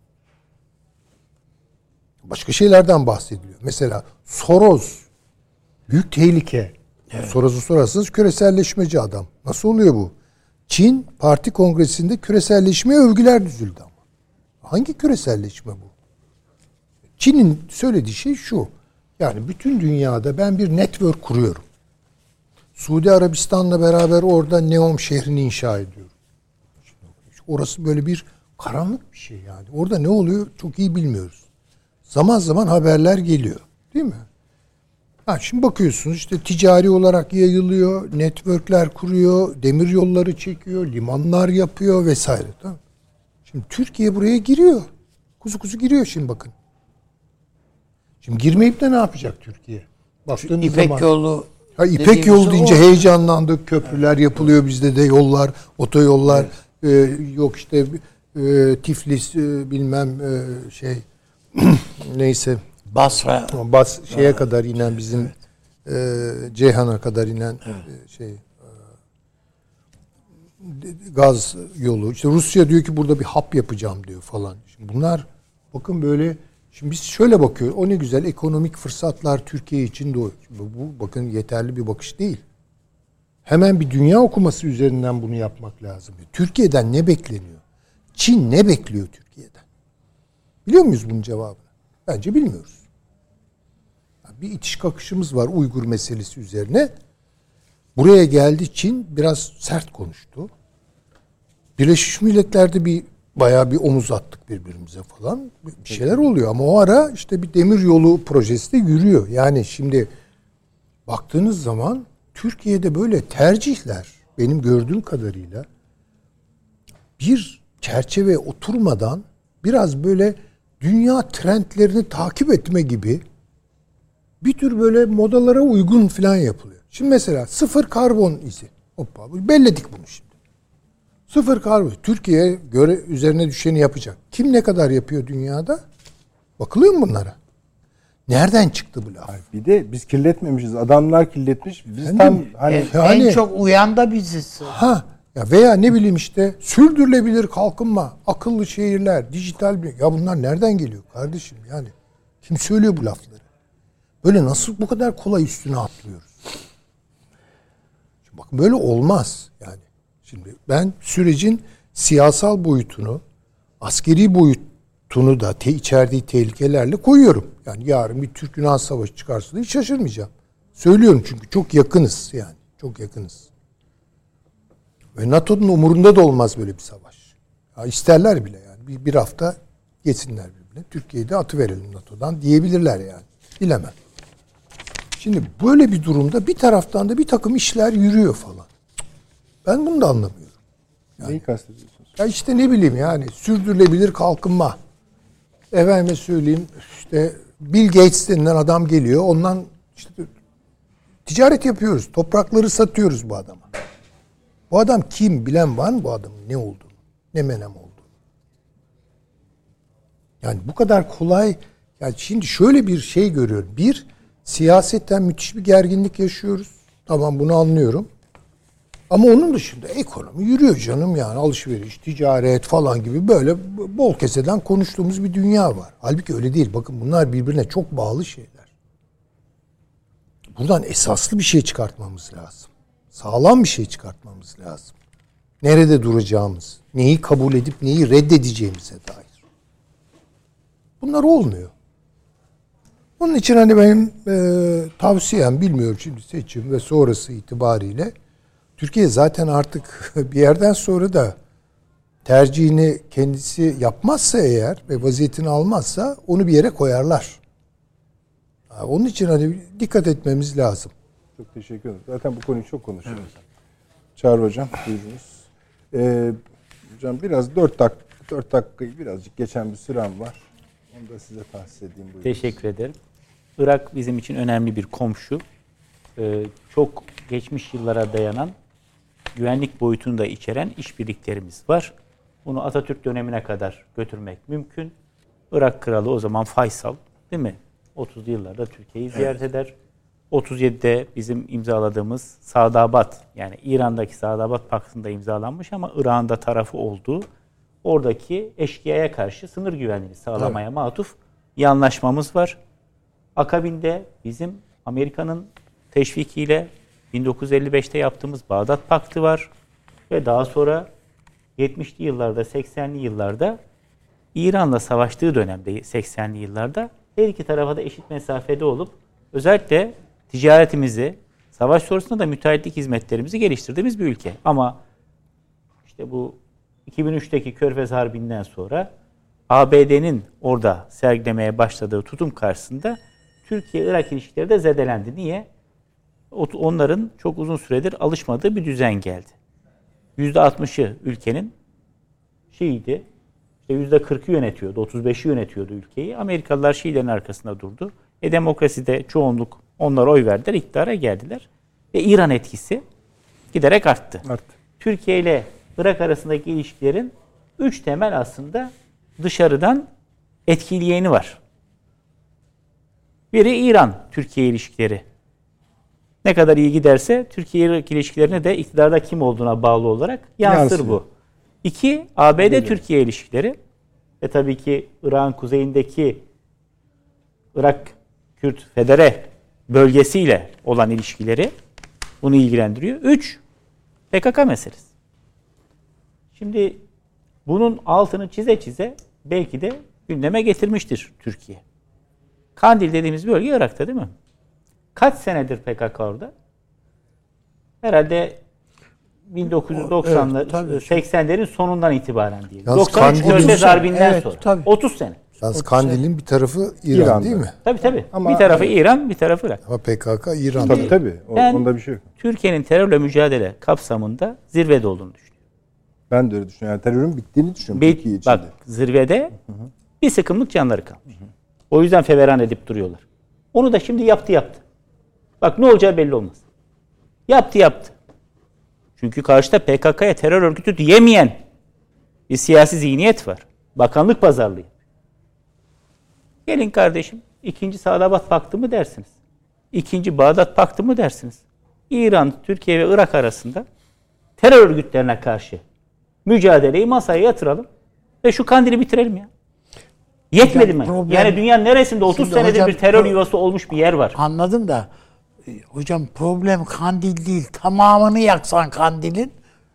Başka şeylerden bahsediliyor. Mesela Soros büyük tehlike. Evet. Soros'u sorarsanız küreselleşmeci adam. Nasıl oluyor bu? Çin Parti Kongresi'nde küreselleşmeye övgüler düzüldü ama. Hangi küreselleşme bu? Çin'in söylediği şey şu. Yani bütün dünyada ben bir network kuruyorum. Suudi Arabistan'la beraber orada Neom şehrini inşa ediyorum. Orası böyle bir karanlık bir şey yani. Orada ne oluyor çok iyi bilmiyoruz. Zaman zaman haberler geliyor. Değil mi? Ha, şimdi bakıyorsunuz işte ticari olarak yayılıyor, networkler kuruyor, demir yolları çekiyor, limanlar yapıyor vesaire. Tamam. Şimdi Türkiye buraya giriyor. Kuzu kuzu giriyor şimdi bakın. Şimdi girmeyip de ne yapacak Türkiye? Baktığınız İpek zaman, yolu ha, İpek yolu deyince o. Heyecanlandık. Köprüler yapılıyor bizde de, yollar, otoyollar. Evet. E, yok işte e, Tiflis e, bilmem e, şey neyse. Basra. Bas şeye evet. kadar inen bizim evet. e, Ceyhan'a kadar inen evet. e, şey e, gaz yolu. İşte Rusya diyor ki burada bir hap yapacağım diyor falan. Şimdi bunlar bakın böyle. Şimdi biz şöyle bakıyoruz. O ne güzel ekonomik fırsatlar Türkiye için doğuyor. Şimdi bu bakın yeterli bir bakış değil. Hemen bir dünya okuması üzerinden bunu yapmak lazım. Türkiye'den ne bekleniyor? Çin ne bekliyor Türkiye'den? Biliyor muyuz bunun cevabını? Bence bilmiyoruz. Bir itiş kakışımız var Uygur meselesi üzerine. Buraya geldi Çin biraz sert konuştu. Birleşmiş Milletler'de bir bayağı bir omuz attık birbirimize falan. Bir şeyler oluyor ama o ara işte bir demir yolu projesi de yürüyor. Yani şimdi baktığınız zaman Türkiye'de böyle tercihler benim gördüğüm kadarıyla bir çerçeve oturmadan biraz böyle dünya trendlerini takip etme gibi bir tür böyle modalara uygun falan yapılıyor. Şimdi mesela sıfır karbon izi. Hoppa, belledik bunu şimdi. Sıfır karbon. Türkiye göre üzerine düşeni yapacak. Kim ne kadar yapıyor dünyada? Bakılıyor mu bunlara? Nereden çıktı bu laf? Bir de biz kirletmemişiz. Adamlar kirletmiş. Biz Efendim, tam hani en, yani, en çok uyan da biziz. Ha, Ya veya ne bileyim işte sürdürülebilir kalkınma, akıllı şehirler, dijital bir... Ya bunlar nereden geliyor kardeşim yani? Kim söylüyor bu lafları? Böyle nasıl bu kadar kolay üstüne atlıyoruz? Şimdi bakın böyle olmaz yani. Şimdi ben sürecin siyasal boyutunu, askeri boyutunu da te- içerdiği tehlikelerle koyuyorum. Yani yarın bir Türk-Yunan savaşı çıkarsa da hiç şaşırmayacağım. Söylüyorum çünkü çok yakınız yani. Çok yakınız. Ve NATO'nun umurunda da olmaz böyle bir savaş. Ya isterler bile yani. Bir, bir hafta geçsinler birbirine. Türkiye'yi de atıverelim NATO'dan diyebilirler yani. Bilemem. Şimdi böyle bir durumda bir taraftan da bir takım işler yürüyor falan. Ben bunu da anlamıyorum. Yani, Neyi kastediyorsunuz? ya işte ne bileyim yani sürdürülebilir kalkınma. Efendime söyleyeyim işte Bill Gates denilen adam geliyor. Ondan işte ticaret yapıyoruz. Toprakları satıyoruz bu adama. Bu adam kim? Bilen var mı bu adamın ne olduğunu? Ne menem olduğunu? Yani bu kadar kolay. Yani şimdi şöyle bir şey görüyorum. Bir, siyasetten müthiş bir gerginlik yaşıyoruz. Tamam bunu anlıyorum. Ama onun dışında ekonomi yürüyor canım yani. Alışveriş, ticaret falan gibi böyle bol keseden konuştuğumuz bir dünya var. Halbuki öyle değil. Bakın bunlar birbirine çok bağlı şeyler. Buradan esaslı bir şey çıkartmamız lazım. Sağlam bir şey çıkartmamız lazım. Nerede duracağımız, neyi kabul edip neyi reddedeceğimize dair. Bunlar olmuyor. Onun için hani benim e, tavsiyem, bilmiyorum şimdi seçim ve sonrası itibariyle Türkiye zaten artık bir yerden sonra da tercihini kendisi yapmazsa eğer ve vaziyetini almazsa onu bir yere koyarlar. Onun için hani dikkat etmemiz lazım. Çok teşekkür ederim. Zaten bu konuyu çok konuşuyoruz. Evet. Çağrı Hocam, buyurunuz. Ee, hocam biraz dört dak dört dakikayı birazcık geçen bir sürem var. Onu da size tahsis edeyim. Buyurunuz. Teşekkür ederim. Irak bizim için önemli bir komşu. Ee, çok geçmiş yıllara dayanan güvenlik boyutunu da içeren işbirliklerimiz var. Bunu Atatürk dönemine kadar götürmek mümkün. Irak kralı o zaman Faysal, değil mi? otuzlu yıllarda Türkiye'yi ziyaret evet. eder. otuz yedide bizim imzaladığımız Sadabat, yani İran'daki Sadabat Paktı'nda imzalanmış ama Irak'ın da tarafı olduğu oradaki eşkıyaya karşı sınır güvenliğini sağlamaya evet. matuf bir anlaşmamız var. Akabinde bizim Amerika'nın teşvikiyle bin dokuz yüz elli beşte yaptığımız Bağdat Paktı var ve daha sonra yetmişli yıllarda, seksenli yıllarda İran'la savaştığı dönemde seksenli yıllarda her iki tarafa da eşit mesafede olup özellikle ticaretimizi, savaş sonrasında da müteahhitlik hizmetlerimizi geliştirdiğimiz bir ülke. Ama işte bu iki bin üçteki Körfez Harbi'nden sonra A B D'nin orada sergilemeye başladığı tutum karşısında Türkiye-Irak ilişkileri de zedelendi. Niye? Onların çok uzun süredir alışmadığı bir düzen geldi. yüzde altmışı ülkenin Şii'ydi. İşte yüzde kırkı yönetiyordu, otuz beşi yönetiyordu ülkeyi. Amerikalılar Şiilerin arkasında durdu. E demokraside çoğunluk onlara oy verdiler, iktidara geldiler. Ve İran etkisi giderek arttı. Arttı. Türkiye ile Irak arasındaki ilişkilerin üç temel aslında dışarıdan etkileyeni var. Biri İran, Türkiye ilişkileri. Ne kadar iyi giderse Türkiye-Irak ilişkilerine de iktidarda kim olduğuna bağlı olarak yansır Yansıyor. bu. İki, A B D-Türkiye ilişkileri ve tabii ki Irak'ın kuzeyindeki Irak Kürt Federe bölgesiyle olan ilişkileri bunu ilgilendiriyor. Üç, P K K meselesi. Şimdi bunun altını çize çize belki de gündeme getirmiştir Türkiye. Kandil dediğimiz bölge Irak'ta değil mi? Kaç senedir P K K orada? Herhalde bin dokuz yüz doksanlar, evet, seksenlerin sonundan itibaren diyelim. doksan üç Körfez Harbi'nden evet, sonra. Tabii. otuz sene. Yalnız Kandil'in bir tarafı İran İran'da. Değil mi? Tabii tabii. Ama bir tarafı İran, bir tarafı Irak. Ama P K K İran'da. Tabii tabii. O, onda bir şey yok. Türkiye'nin terörle mücadele kapsamında zirvede olduğunu düşünüyorum. Ben de öyle düşünüyorum. Yani terörün bittiğini düşünüyorum Bit, Türkiye içinde. Bak zirvede hı hı. bir sıkımlık canları kalmış. Hı hı. O yüzden feveran edip duruyorlar. Onu da şimdi yaptı yaptı. Bak ne olacağı belli olmaz. Yaptı yaptı. Çünkü karşıda P K K'ya terör örgütü diyemeyen bir siyasi zihniyet var. Bakanlık pazarlığı. Gelin kardeşim, ikinci Sadabat Paktı mı dersiniz? İkinci Bağdat Paktı mı dersiniz? İran, Türkiye ve Irak arasında terör örgütlerine karşı mücadeleyi masaya yatıralım ve şu kandili bitirelim ya. Yetmedi mi? problem- Yani dünyanın neresinde otuz Şimdi senedir hocam, bir terör pro- yuvası olmuş bir yer var? Anladım da e, hocam problem kandil değil. Tamamını yaksan kandilin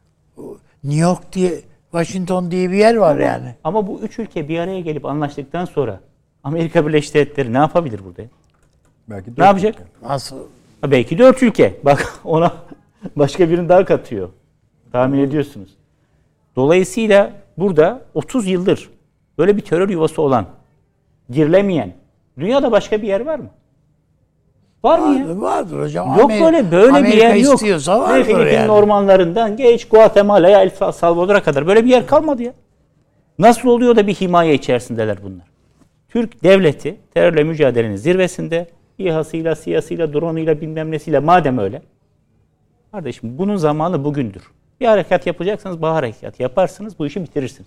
New York diye, Washington diye bir yer var yani. Ama bu üç ülke bir araya gelip anlaştıktan sonra Amerika Birleşik Devletleri ne yapabilir burada? Belki dört Ne yapacak? Nasıl? Ha, belki dört ülke. Bak ona başka birini daha katıyor. Tahmin ediyorsunuz. Dolayısıyla burada otuz yıldır böyle bir terör yuvası olan, girilemeyen, dünyada başka bir yer var mı? Var mı ya? Vardır, vardır hocam. Yok Amerika- böyle böyle Amerika bir yer yok. istiyorsa Ne vardır Filipin yani. ormanlarından geç Guatemala'ya, El Salvador'a kadar böyle bir yer kalmadı ya. Nasıl oluyor da bir himaye içerisindeler bunlar? Türk devleti terörle mücadelenin zirvesinde, İHA'sıyla, SİHA'sıyla, drone'uyla bilmem nesiyle, madem öyle. Kardeşim bunun zamanı bugündür. Bir harekat yapacaksanız bahar harekatı yaparsınız, bu işi bitirirsiniz.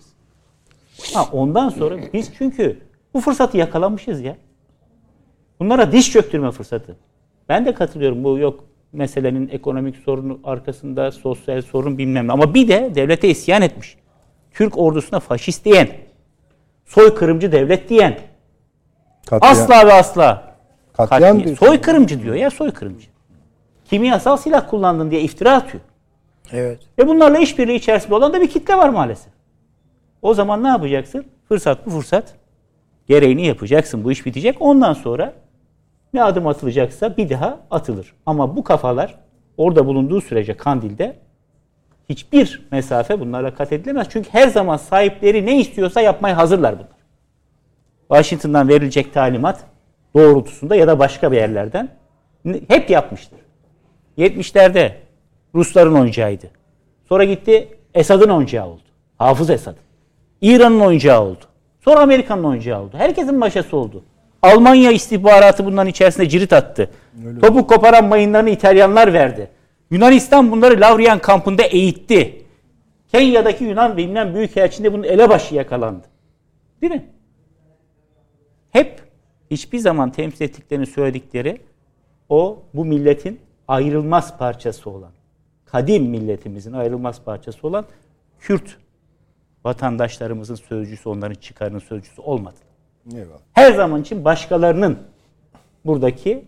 Ha, ondan sonra biz çünkü bu fırsatı yakalamışız ya. Bunlara diş çöktürme fırsatı. Ben de katılıyorum, bu yok meselenin ekonomik sorunu arkasında sosyal sorun bilmem ne. Ama bir de devlete isyan etmiş. Türk ordusuna faşist diyen, soykırımcı devlet diyen, Katliam- asla ve asla Katliam katliam, diyorsun. soykırımcı diyor ya, soykırımcı. Kimyasal silah kullandın diye iftira atıyor. Evet. Ve bunlarla işbirliği içerisinde olan da bir kitle var maalesef. O zaman ne yapacaksın? Fırsat bu fırsat. Gereğini yapacaksın. Bu iş bitecek. Ondan sonra ne adım atılacaksa bir daha atılır. Ama bu kafalar orada bulunduğu sürece Kandil'de hiçbir mesafe bunlarla kat edilemez. Çünkü her zaman sahipleri ne istiyorsa yapmaya hazırlar bunlar. Washington'dan verilecek talimat doğrultusunda ya da başka bir yerlerden hep yapmıştır. yetmişlerde Rusların oyuncağıydı. Sonra gitti Esad'ın oyuncağı oldu. Hafız Esad. İran'ın oyuncağı oldu. Sonra Amerika'nın oyuncağı oldu. Herkesin maşası oldu. Almanya istihbaratı bunların içerisinde cirit attı. Öyle Topuk koparan mayınlarını İtalyanlar verdi. Yunanistan bunları Lavrian kampında eğitti. Kenya'daki Yunan bilinen büyükelçinde bunun elebaşı yakalandı. Değil mi? Hep hiçbir zaman temsil ettiklerini söyledikleri o bu milletin ayrılmaz parçası olan, kadim milletimizin ayrılmaz parçası olan Kürt vatandaşlarımızın sözcüsü, onların çıkarının sözcüsü olmadı. Eyvallah. Her zaman için başkalarının buradaki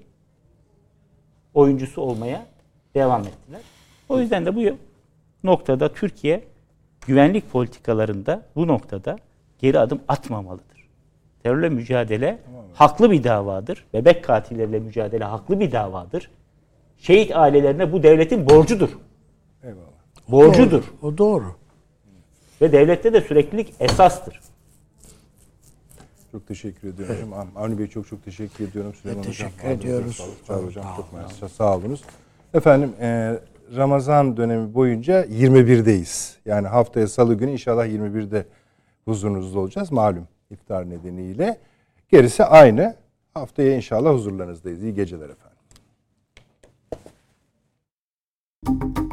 oyuncusu olmaya devam ettiler. O yüzden de bu noktada Türkiye güvenlik politikalarında bu noktada geri adım atmamalıdır. Terörle mücadele tamam. haklı bir davadır. Bebek katilleriyle mücadele haklı bir davadır. Şehit ailelerine bu devletin borcudur. Eyvallah. Borcudur. Doğru, o doğru. Ve devlette de süreklilik esastır. Çok teşekkür ediyorum evet. hocam. Avni Bey çok çok teşekkür ediyorum. Süleyman evet, hocam. Teşekkür ediyoruz. Sağ olun hocam. Çok mersi. Sağ olunuz. Efendim e, Ramazan dönemi boyunca yirmi birdeyiz. Yani haftaya Salı günü inşallah yirmi birde huzurunuzda olacağız. Malum iftar nedeniyle. Gerisi aynı. Haftaya inşallah huzurlarınızdayız. İyi geceler efendim.